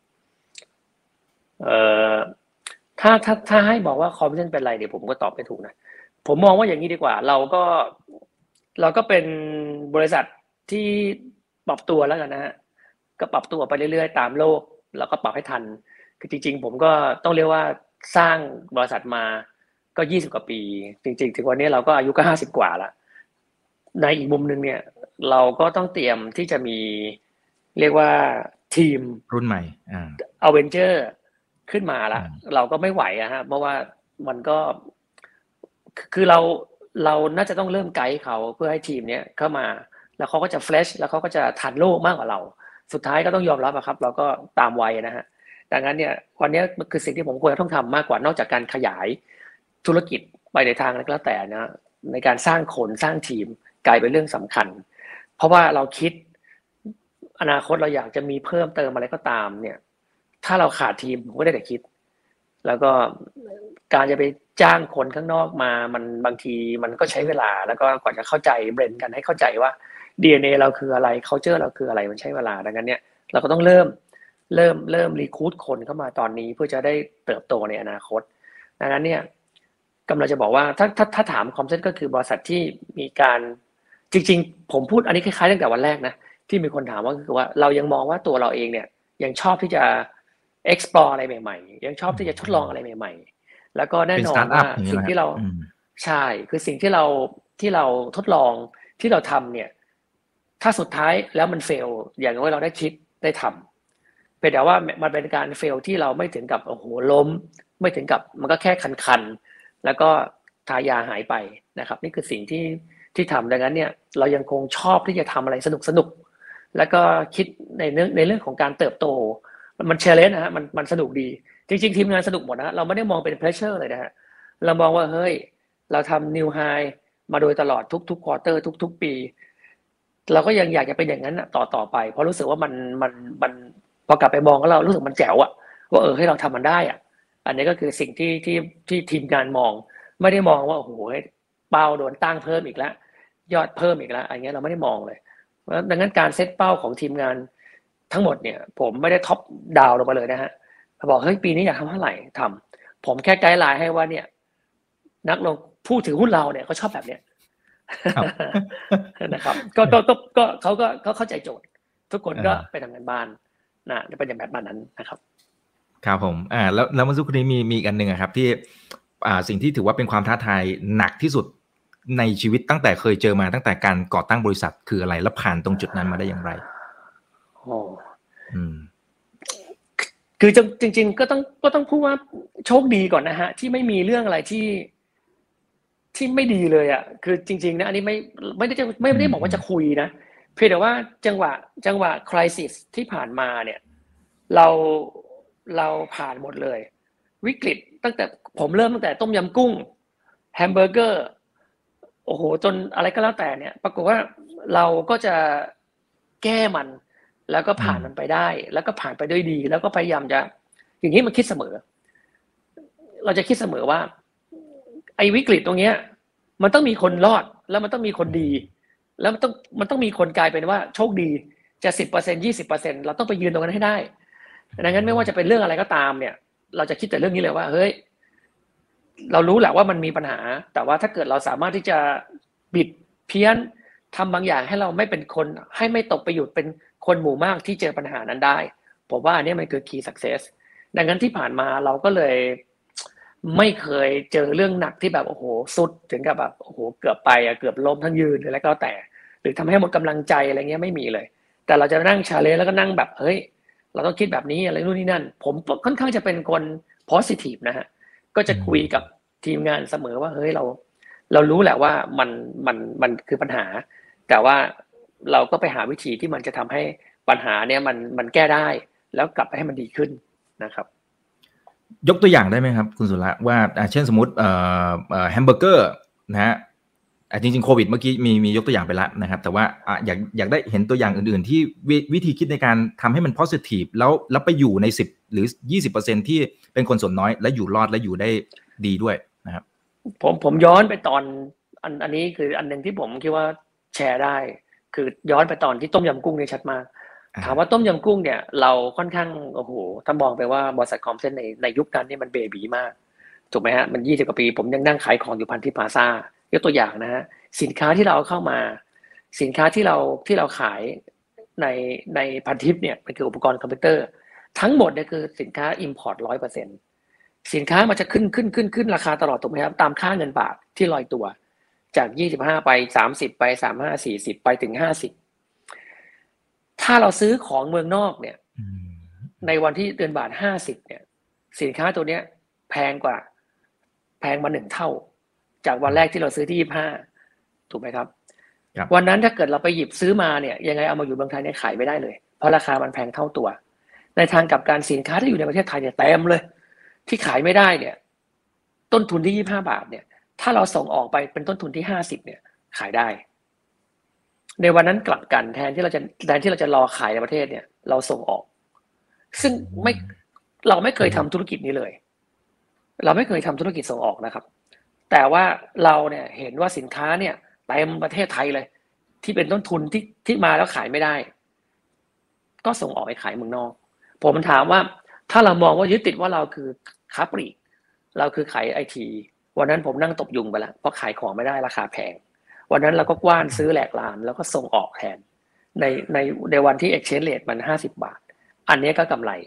เอ่อถ้าถ้าถ้าให้บอกว่าคอมมิชชั่นเป็นอะไรเดี๋ยวผมก็ตอบไม่ถูกนะผมมองว่าอย่างนี้ดีกว่าเราก็เราก็เป็นบริษัทที่ปรับตัวแล้วกันนะฮะก็ปรับตัวไปเรื่อยๆตามโลกแล้วก็ปรับให้ทันคือจริงๆผมก็ต้องเรียกว่าสร้างบริษัทมาก็ยี่สิบกว่าปีจริงๆถึงวันนี้เราก็อายุก็ห้าสิบกว่าละในอีกมุมนึงเนี่ยเราก็ต้องเตรียมที่จะมีเรียกว่าทีมรุ่นใหม่อ่าอเวนเจอร์ขึ้นมาละเราก็ไม่ไหวอะฮะเพราะว่ามันก็คือเราเราน่าจะต้องเริ่มไกด์เขาเพื่อให้ทีมเนี้ยเข้ามาแล้วเขาก็จะเฟรชแล้วเขาก็จะทันโลกมากกว่าเราสุดท้ายก็ต้องยอมรับอะครับเราก็ตามวัยนะฮะดังนั้นเนี่ยวันนี้คือสิ่งที่ผมควรจะต้องทำมากกว่านอกจากการขยายธุรกิจไปในทางอะไรก็แล้วแต่นะในการสร้างคนสร้างทีมกลายเป็นเรื่องสำคัญเพราะว่าเราคิดอนาคตเราอยากจะมีเพิ่มเติมอะไรก็ตามเนี่ยถ้าเราขาดทีมผมก็ได้แต่คิดแล้วก็การจะไปจ้างคนข้างนอกมามันบางทีมันก็ใช้เวลาแล้วก็กว่าจะเข้าใจเบรนกันให้เข้าใจว่า ดี เอ็น เอ เราคืออะไร culture เราคืออะไรมันใช้เวลาดังนั้นเนี่ยเราก็ต้องเริ่มเริ่มเริ่มรีคูดคนเข้ามาตอนนี้เพื่อจะได้เติบโตในอนาคตดังนั้นเนี่ยกำลังจะบอกว่าถ้าถ้าถ้าถามคอมเซ็นต์ก็คือบริษัทที่มีการจริงๆผมพูดอันนี้คล้ายๆตั้งแต่วันแรกนะที่มีคนถามว่าคือว่าเรายังมองว่าตัวเราเองเนี่ยยังชอบที่จะ explore อะไรใหม่ๆยังชอบที่จะทดลองอะไรใหม่ๆแล้วก็แน่เป็นนอนว่าสตาร์ทอัพอย่างเงี้ยสิ่งที่เราอืมใช่คือสิ่งที่เราที่เราทดลองที่เราทำเนี่ยถ้าสุดท้ายแล้วมันเฟลอย่างน้อยเราได้คิดได้ทำเป็นแต่ว่ามันเป็นการเฟลที่เราไม่ถึงกับโอ้โหล้มไม่ถึงกับมันก็แค่คันๆแล้วก็ทายาหายไปนะครับนี่คือสิ่งที่ที่ทำดังนั้นเนี่ยเรายังคงชอบที่จะทำอะไรสนุกสนุกแล้วก็คิดในเรื่องในเรื่องของการเติบโตมันเชลเลนจ์นะฮะมันมันสนุกดีจริงๆทีมงานสนุกหมดนะเราไม่ได้มองเป็นเพรสเชอร์เลยนะฮะเรามองว่าเฮ้ยเราทำนิวไฮมาโดยตลอดทุกๆควอเตอร์ทุกๆปีเราก็ยังอยากจะเป็นอย่างนั้นต่อต่อไปเพราะรู้สึกว่ามันมันมันพอกลับไปมองแล้วเรารู้สึกมันแจ๋วอะว่าเออให้เราทำมันได้อะอันนี้ก็คือสิ่งที่ที่ที่ทีมงานมองไม่ได้มองว่าโอ้โหเป้าโดนตั้งเพิ่มอีกแล้วยอดเพิ่มอีกแล้วอันนี้เราไม่ได้มองเลยดังนั้นการเซตเป้าของทีมงานทั้งหมดเนี่ยผมไม่ได้ท็อปดาวลงมาเลยนะฮะบอกเฮ้ยปีนี้อยากทำเท่าไหร่ทำผมแค่ไกด์ไลน์ให้ว่าเนี่ยนักลงผู้ถือหุ้นเราเนี่ยเขาชอบแบบเนี้ยนะครับก็ก็ก็ก็เขาก็เขาเข้าใจโจทย์ทุกคนก็ไปทำงานบ้านนะเป็นอย่างแบบนั้นนะครับครับผมอ่าแล้วแล้วเมื่อสักครู่นี้มีมีอีกอันหนึ่งครับที่อ่าสิ่งที่ถือว่าเป็นความท้าทายหนักที่สุดในชีวิตตั้งแต่เคยเจอมาตั้งแต่การก่อตั้งบริษัทคืออะไรแล้วผ่านตรงจุดนั้นมาได้อย่างไรโอ้อืมคือจริงๆก็ต้องก็ต้องพูดว่าโชคดีก่อนนะฮะที่ไม่มีเรื่องอะไรที่ที่ไม่ดีเลยอ่ะคือจริงๆนะอันนี้ไม่ไม่ได้จะไม่ได้บอกว่าจะคุยนะเพียงแต่ว่าจังหวะจังหวะคริสิสที่ผ่านมาเนี่ยเราเราผ่านหมดเลยวิกฤตตั้งแต่ผมเริ่มตั้งแต่ต้มยำกุ้งแฮมเบอร์เกอร์โอ้โหจนอะไรก็แล้วแต่เนี่ยปรากฏว่าเราก็จะแก้มันแล้วก็ผ่านมันไปได้แล้วก็ผ่านไปด้วยดีแล้วก็พยายามจะอย่างนี้มันคิดเสมอเราจะคิดเสมอว่าไอ้วิกฤตตรงเนี้ยมันต้องมีคนรอดแล้วมันต้องมีคนดีแล้วมันต้องมันต้องมีคนกลายเป็นว่าโชคดีจะสิบเปอร์เซ็นต์ยี่สิบเปอร์เซ็นต์เราต้องไปยืนตรงนั้นให้ได้ดังนั้นไม่ว่าจะเป็นเรื่องอะไรก็ตามเนี่ยเราจะคิดแต่เรื่องนี้เลยว่าเฮ้ยเรารู้แหละว่ามันมีปัญหาแต่ว่าถ้าเกิดเราสามารถที่จะบิดเพี้ยนทำบางอย่างให้เราไม่เป็นคนให้ไม่ตกไปอยู่เป็นคนหมู่มากที่เจอปัญหานั้นได้ผมว่าอันนี้มันคือ key success ดังนั้นที่ผ่านมาเราก็เลยไม่เคยเจอเรื่องหนักที่แบบโอ้โหสุดถึงกับแบบโอ้โหเกือบไปอะเกือบล้มทั้งยืนหรืออะไรก็แต่หรือทำให้หมดกำลังใจอะไรเงี้ยไม่มีเลยแต่เราจะนั่งชาเลนจ์แล้วก็นั่งแบบเฮ้ยเราต้องคิดแบบนี้อะไรนู่นนี่นั่นผมค่อนข้างจะเป็นคน positive นะฮะก็จะคุยกับทีมงานเสมอว่าเฮ้ยเราเรารู้แหละว่ามันมันมันคือปัญหาแต่ว่าเราก็ไปหาวิธีที่มันจะทำให้ปัญหาเนี่ยมันมันแก้ได้แล้วกลับไปให้มันดีขึ้นนะครับยกตัวอย่างได้ไหมครับคุณสุระว่าเช่นสมมติเอ่อเอ่อแฮมเบอร์เกอร์นะฮะจริงๆโควิดเมื่อกี้มีมียกตัวอย่างไปแล้วนะครับแต่ว่าอยากอยากได้เห็นตัวอย่างอื่นๆที่วิธีคิดในการทำให้มัน positive แล้วแล้วไปอยู่ในสิบหรือ ยี่สิบเปอร์เซ็นต์ ที่เป็นคนส่วนน้อยและอยู่รอดและอยู่ได้ดีด้วยนะครับผมผมย้อนไปตอนอันอันนี้คืออันนึงที่ผมคิดว่าแชร์ได้คือย้อนไปตอนที่ต้มยำกุ้งเนี่ยชัดมากถามว่าต้มยำกุ้งเนี่ยเราค่อนข้างโอ้โหถ้ามองไปว่าบริษัทคอมเซนในในยุคนั้นนี่มันเบบีมากถูกไหมฮะมันยี่สิบกว่าปีผมยังนั่งขายของอยู่พันทิพย์พลาซ่ายกตัวอย่างนะฮะสินค้าที่เราเอาเข้ามาสินค้าที่เราที่เราขายในในพันทิพย์เนี่ยมันคืออุปกรณ์คอมพิวเตอร์ทั้งหมดเนี่ยคือสินค้า import ร้อยเปอร์เซ็นต์สินค้ามันจะขึ้นขึ้นขึ้นขึ้นราคาตลอดถูกไหมครับตามค่าเงินบาทที่ลอยตัวจากยี่สิบห้าไปสามสิบไปสามสิบห้า สี่สิบไปถึงห้าสิบถ้าเราซื้อของเมืองนอกเนี่ยในวันที่เดือนบาทห้าสิบเนี่ยสินค้าตัวเนี้ยแพงกว่าแพงมาหนึ่งเท่าจากวันแรกที่เราซื้อที่ยี่สิบห้าถูกไหมครับวันนั้นถ้าเกิดเราไปหยิบซื้อมาเนี่ยยังไงเอามาอยู่เมืองไทยเนี่ยขายไม่ได้เลยเพราะราคามันแพงเท่าตัวในทางกลับการสินค้าที่อยู่ในประเทศไทยเนี่ยเต็มเลยที่ขายไม่ได้เนี่ยต้นทุนที่ยี่สิบห้าบาทเนี่ยถ้าเราส่งออกไปเป็นต้นทุนที่ห้าสิบเนี่ยขายได้ในวันนั้นกลับกันแทนที่เราจะแทนที่เราจะรอขายในประเทศเนี่ยเราส่งออกซึ่งไม่เราไม่เคยทำธุรกิจนี้เลยเราไม่เคยทำธุรกิจส่งออกนะครับแต่ว่าเราเนี่ยเห็นว่าสินค้าเนี่ยเต็มประเทศไทยเลยที่เป็นต้นทุนที่ที่มาแล้วขายไม่ได้ก็ส่งออกไปขายเมืองนอกผมถามว่าถ้าเรามองว่ายึดติดว่าเราคือค้าปลีกเราคือขายไอทีวันนั้นผมนั่งตบยุงไปแล้วเพราะขายของไม่ได้ราคาแพงวันนั้นเราก็กว้านซื้อแหลกลานแล้วก็ส่งออกแทนในในในวันที่ exchange rate มันห้าสิบบาทอันนี้ก็กำไร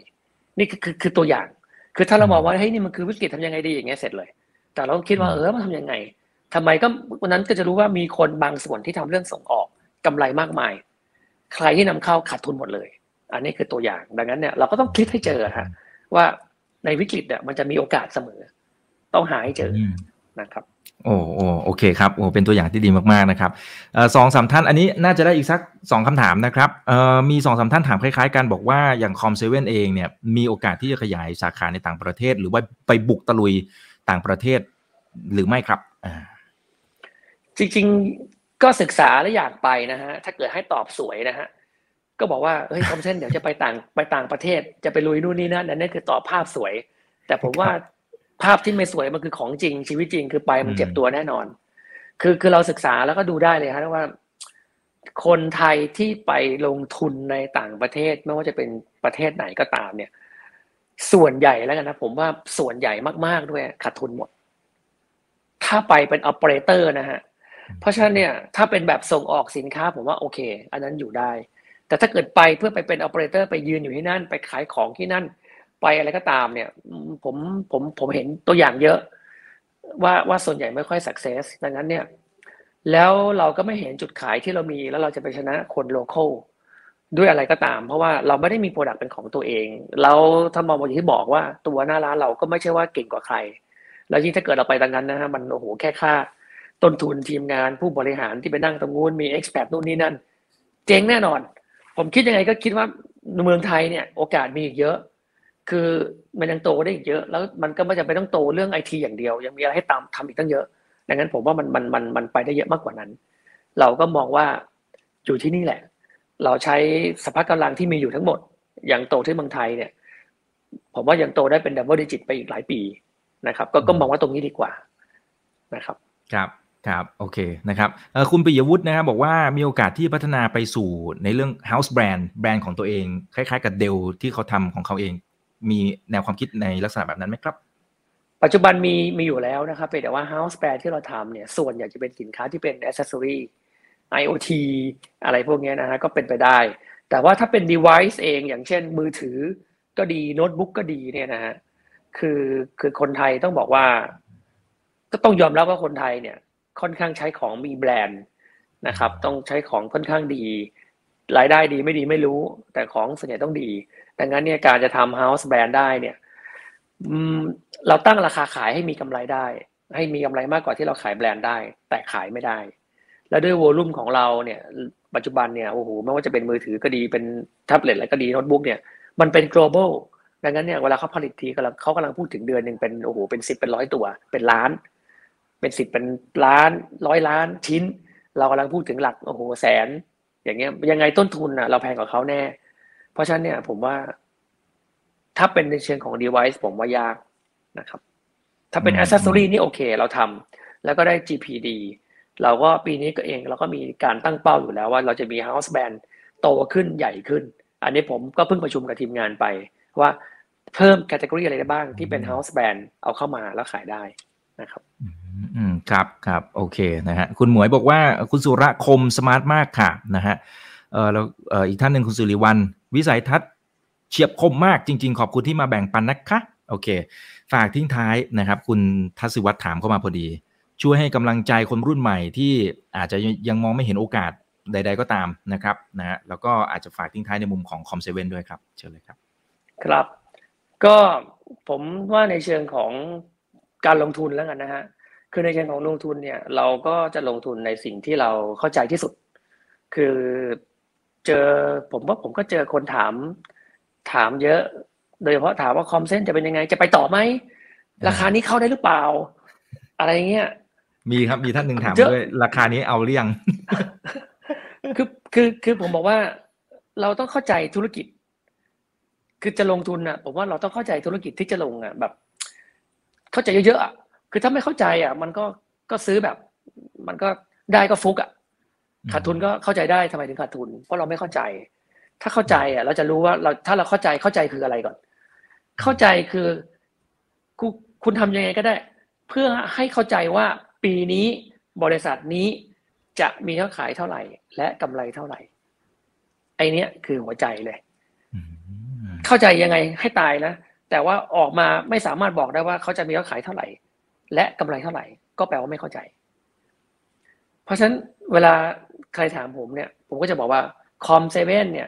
นี่คือคือคือตัวอย่างคือถ้าเรามองว่าเฮ้ยนี่มันคือวิกฤตทำยังไงดีอย่างเงี้ยเสร็จเลยแต่เราคิดว่าเออมันทำยังไงทำไมก็วันนั้นก็จะรู้ว่ามีคนบางส่วนที่ทำเรื่องส่งออกกำไรมากมายใครที่นำเข้าขาดทุนหมดเลยอันนี้คือตัวอย่างดังนั้นเนี่ยเราก็ต้องคิดให้เจอฮะว่าในวิกฤตเนี่ยมันจะมีโอกาสเสมอต้องหาให้เจอนะครับโอ้โอ้โอเคครับโอ้เป็นตัวอย่างที่ดีมากๆนะครับเอ่อสองสามท่านอันนี้น่าจะได้อีกสักสองคำถามนะครับเอ่อมีสองสามท่านถามคล้ายๆกันบอกว่าอย่างคอมเซเว่นเองเนี่ยมีโอกาสที่จะขยายสาขาในต่างประเทศหรือว่าไปบุกตะลุยต่างประเทศหรือไม่ครับอ่าจริงๆก็ศึกษาและอยากไปนะฮะถ้าเกิดให้ตอบสวยนะฮะก็บอกว่าเฮ้ยคอมเส้นเดี๋ยวจะไปต่างไปต่างประเทศจะไปลุยนู่นนี่นั่นนั่นคือตอบภาพสวยแต่ผมว่าภาพที่ไม่สวยมันคือของจริงชีวิตจริงคือไปมันเจ็บตัวแน่นอนคือคือเราศึกษาแล้วก็ดูได้เลยครับว่าคนไทยที่ไปลงทุนในต่างประเทศไม่ว่าจะเป็นประเทศไหนก็ตามเนี่ยส่วนใหญ่แล้วกันนะผมว่าส่วนใหญ่มากๆด้วยขาดทุนหมดถ้าไปเป็นออปเปอเรเตอร์นะฮะเพราะฉะนั้นเนี่ยถ้าเป็นแบบส่งออกสินค้าผมว่าโอเคอันนั้นอยู่ได้แต่ถ้าเกิดไปเพื่อไปเป็นออปเปอเรเตอร์ไปยืนอยู่ที่นั่นไปขายของที่นั่นไปอะไรก็ตามเนี่ยผมผมผมเห็นตัวอย่างเยอะว่าว่าส่วนใหญ่ไม่ค่อย success ดังนั้นเนี่ยแล้วเราก็ไม่เห็นจุดขายที่เรามีแล้วเราจะไปชนะคนโลคอลด้วยอะไรก็ตามเพราะว่าเราไม่ได้มีโปรดักต์เป็นของตัวเองแล้วถ้ามองอย่างที่บอกว่าตัวหน้าร้านเราก็ไม่ใช่ว่าเก่งกว่าใครแล้วยิ่งถ้าเกิดเราไปดังนั้นนะฮะมันโอ้โหแค่ค่าต้นทุนทีมงานผู้บริหารที่ไปนั่งตรงนู้นมีเอ็กซ์แพร์นู่นนี่นั่นเจ๊งแน่นอนผมคิดยังไงก็คิดว่าเมืองไทยเนี่ยโอกาสมีอีกเยอะคือมันยังโตได้อีกเยอะแล้วมันก็ไม่จำเป็นต้องโตเรื่องไอทีอย่างเดียวยังมีอะไรให้ตามทำอีกตั้งเยอะดังนั้นผมว่ามันมันมันมันไปได้เยอะมากกว่านั้นเราก็มองว่าอยู่ที่นี่แหละเราใช้สภาพกำลังที่มีอยู่ทั้งหมดอย่างโตที่เมืองไทยเนี่ยผมว่ายังโตได้เป็นดับเบิลดิจิตไปอีกหลายปีนะครับก็ก็มองว่าตรงนี้ดีกว่านะครับครับครับโอเคนะครับเอ่อคุณปิยวุฒินะครับบอกว่ามีโอกาสที่พัฒนาไปสู่ในเรื่อง house brand แบรนด์ของตัวเองคล้ายๆกับเดลที่เขาทำของเขาเองมีแนวความคิดในลักษณะแบบนั้นไหมครับปัจจุบันมีมีอยู่แล้วนะครับแต่ว่า house brand ที่เราทำเนี่ยส่วนใหญ่จะเป็นสินค้าที่เป็น accessory ไอ โอ ที อะไรพวกนี้นะฮะก็เป็นไปได้แต่ว่าถ้าเป็น device เองอย่างเช่นมือถือก็ดีโน้ตบุ๊กก็ดีเนี่ยนะฮะคือคือคนไทยต้องบอกว่าก็ต้องยอมรับว่าคนไทยเนี่ยค่อนข้างใช้ของมีแบรนด์นะครับต้องใช้ของค่อนข้างดีรายได้ดีไม่ดีไม่รู้แต่ของส่วนใหญ่ต้องดีดังนั้นเนี่ยการจะทำ house brand ได้เนี่ยเราตั้งราคาขายให้มีกำไรได้ให้มีกำไรมากกว่าที่เราขายแบรนด์ได้แต่ขายไม่ได้แล้วด้วยวอลุ่มของเราเนี่ยปัจจุบันเนี่ยโอ้โหไม่ว่าจะเป็นมือถือก็ดีเป็นแท็บเล็ตอะไรก็ดีโน้ตบุ๊กเนี่ยมันเป็น global ดังนั้นเนี่ยเวลาเขาผลิตทีกำลังเขากำลังพูดถึงเดือนหนึ่งเป็นโอ้โหเป็นสิบเป็นร้อยตัวเป็นล้านเป็นสิบเป็นล้านร้อยล้านชิ้นเรากำลังพูดถึงหลักโอ้โหแสนอย่างเงี้ยยังไงต้นทุนอ่ะเราแพงกว่าเขาแน่เพราะฉะนั้นเนี่ยผมว่าถ้าเป็นในเชิงของ device ผมว่ายากนะครับถ้าเป็น accessory นี่โอเคเราทำแล้วก็ได้ จี พี ดี เราก็ปีนี้ก็เองเราก็มีการตั้งเป้าอยู่แล้วว่าเราจะมี house brand โตขึ้นใหญ่ขึ้นอันนี้ผมก็เพิ่งประชุมกับทีมงานไปว่าเพิ่มแคตตากรีอะไรได้บ้างที่เป็น house brand เอาเข้ามาแล้วขายได้นะครับอืมครับครับโอเคนะฮะคุณหมวยบอกว่าคุณสุรคมสมาร์ทมากค่ะนะฮะเออแล้วเอออีกท่านหนึ่งคุณสุริวัลวิสัยทัศน์เฉียบคมมากจริงๆขอบคุณที่มาแบ่งปันนะคะโอเคฝากทิ้งท้ายนะครับคุณทัศวัฒน์ถามเข้ามาพอดีช่วยให้กำลังใจคนรุ่นใหม่ที่อาจจะยังมองไม่เห็นโอกาสใดๆก็ตามนะครับนะฮะแล้วก็อาจจะฝากทิ้งท้ายในมุมของคอมเซเว่นด้วยครับเชิญเลยครับครับก็ผมว่าในเชิงของการลงทุนแล้วกันนะฮะคือในเชิงของลงทุนเนี่ยเราก็จะลงทุนในสิ่งที่เราเข้าใจที่สุดคือเจอผมว่าผมก็เจอคนถามถามเยอะโดยเฉพาะถามว่าคอมเซ็นจะเป็นยังไงจะไปต่อไหมราคานี้เข้าได้หรือเปล่าอะไรเงี้ยมีครับมีท่านหนึ่งถามด้วยราคานี้เอาหรือยังคือคือคือผมบอกว่าเราต้องเข้าใจธุรกิจคือจะลงทุนอ่ะผมว่าเราต้องเข้าใจธุรกิจที่จะลงอ่ะแบบเข้าใจเยอะๆอ่ะคือถ้าไม่เข้าใจอ่ะมันก็ก็ซื้อแบบมันก็ได้ก็ฟุกอ่ะขาดทุนก็เข้าใจได้ทำไมถึงขาดทุนเพราะเราไม่เข้าใจถ้าเข้าใจอ่ะเราจะรู้ว่าเราถ้าเราเข้าใจเข้าใจคืออะไรก่อนเข้าใจคือคุณคุณทำยังไงก็ได้เพื่อให้เข้าใจว่าปีนี้บริษัทนี้จะมียอดขายเท่าไหร่และกำไรเท่าไหร่ไอเนี้ยคือหัวใจเลยเข้าใจยังไงให้ตายนะแต่ว่าออกมาไม่สามารถบอกได้ว่าเขาจะมียอดขายเท่าไหร่และกำไรเท่าไหร่ก็แปลว่าไม่เข้าใจเพราะฉะนั้นเวลาใครถามผมเนี่ยผมก็จะบอกว่าคอมเซเว่นเนี่ย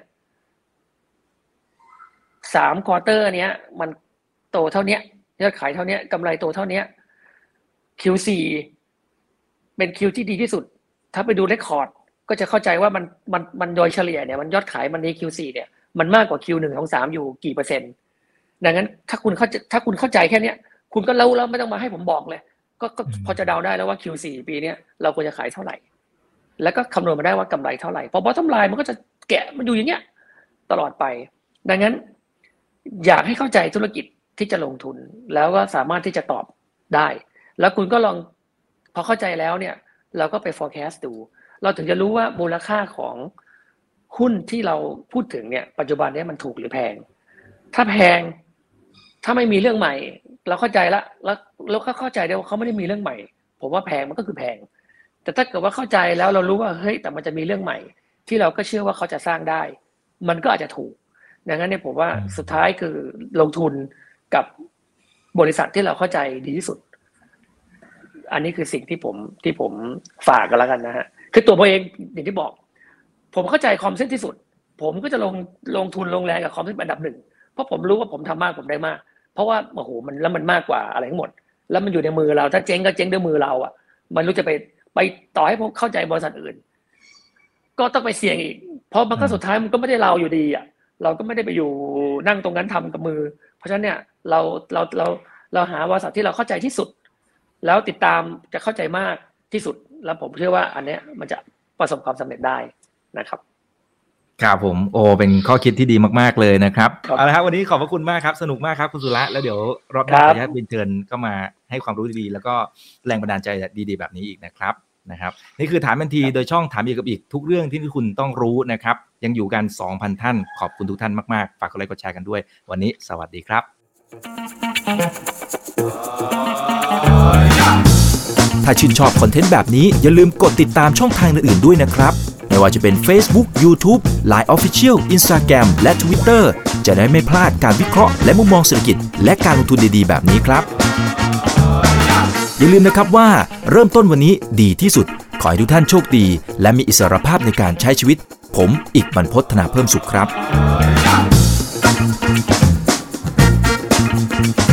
สามควอเตอร์เนี้ยมันโตเท่านี้ยอดขายเท่านี้กำไรโตเท่านี้ คิว โฟร์ เป็น Q ที่ดีที่สุดถ้าไปดูเรคคอร์ดก็จะเข้าใจว่ามันมันมันโดยเฉลี่ยเนี่ยมันยอดขายมันใน คิว โฟร์ เนี่ยมันมากกว่า คิว วัน ของสามอยู่กี่เปอร์เซ็นต์ดังนั้นถ้าคุณเข้าถ้าคุณเข้าใจแค่เนี้ยคุณก็รู้แล้วไม่ต้องมาให้ผมบอกเลยก็ก็พอจะเดาได้แล้วว่า คิว โฟร์ ปีนี้เราควรจะขายเท่าไหร่แล้วก็คำนวณมาได้ว่ากำไรเท่าไหร่พอ bottom line มันก็จะแกะมันอยู่อย่างเงี้ยตลอดไปดังนั้นอยากให้เข้าใจธุรกิจที่จะลงทุนแล้วก็สามารถที่จะตอบได้แล้วคุณก็ลองพอเข้าใจแล้วเนี่ยเราก็ไป forecast ดูเราถึงจะรู้ว่ามูลค่าของหุ้นที่เราพูดถึงเนี่ยปัจจุบันนี้มันถูกหรือแพงถ้าแพงถ้าไม่มีเรื่องใหม่เราเข้าใจละแล้วเราก็เข้าใจได้ว่าเขาไม่ได้มีเรื่องใหม่ผมว่าแพงมันก็คือแพงแต่ถ้าเกิดว่าเข้าใจแล้วเรารู้ว่าเฮ้ยแต่มันจะมีเรื่องใหม่ที่เราก็เชื่อว่าเขาจะสร้างได้มันก็อาจจะถูกดังนั้นเนี่ยผมว่าสุดท้ายคือลงทุนกับบริษัทที่เราเข้าใจดีที่สุดอันนี้คือสิ่งที่ผมที่ผมฝากกันแล้วกันนะฮะคือตัวผมเองอย่างที่บอกผมเข้าใจคอมเซ็นที่สุดผมก็จะลงลงทุนลงแรงกับคอมเซ็นอันดับหนึ่งเพราะผมรู้ว่าผมทำมากผมได้มากเพราะว่าโอ้โหมันแล้วมันมากกว่าอะไรทั้งหมดแล้วมันอยู่ในมือเราถ้าเจ๊งก็เจ๊งด้วยมือเราอ่ะมันรู้จะไปไปต่อให้ผมเข้าใจบริษัทอื่นก็ต้องไปเสี่ยงอีกเพราะมันก็สุดท้ายมันก็ไม่ได้เราอยู่ดีอ่ะเราก็ไม่ได้ไปอยู่นั่งตรงนั้นทำกับมือเพราะฉะนั้นเนี่ยเราเราเราเราหาบริษัทที่เราเข้าใจที่สุดแล้วติดตามจะเข้าใจมากที่สุดแล้วผมเชื่อว่าอันเนี้ยมันจะประสบความสำเร็จได้นะครับครับผมโอเป็นข้อคิดที่ดีมากๆเลยนะครับเอาละครับวันนี้ขอบพระคุณมากครับสนุกมากครับคุณสุระแล้วเดี๋ยวรอบหน้าขออนุญาตเชิญเข้ามาให้ความรู้ดีๆแล้วก็แรงบันดาลใจดีๆแบบนี้อีกนะครับนะครับนี่คือถามทันทีโดยช่องถามอีกกับอีกทุกเรื่องที่คุณต้องรู้นะครับยังอยู่กัน สองพัน ท่านขอบคุณทุกท่านมากๆฝากกดไลค์กดแชร์กันด้วยวันนี้สวัสดีครับถ้าชื่นชอบคอนเทนต์แบบนี้อย่าลืมกดติดตามช่องทางอื่นๆด้วยนะครับไม่ว่าจะเป็น Facebook, YouTube, ไลน์ Official, Instagram และ Twitter จะได้ไม่พลาดการวิเคราะห์และมุมมองเศรษฐกิจและการลงทุนดีๆแบบนี้ครับอย่าลืมนะครับว่าเริ่มต้นวันนี้ดีที่สุดขอให้ทุกท่านโชคดีและมีอิสรภาพในการใช้ชีวิตผมอีกบรรพต ธนาเพิ่มสุขครับ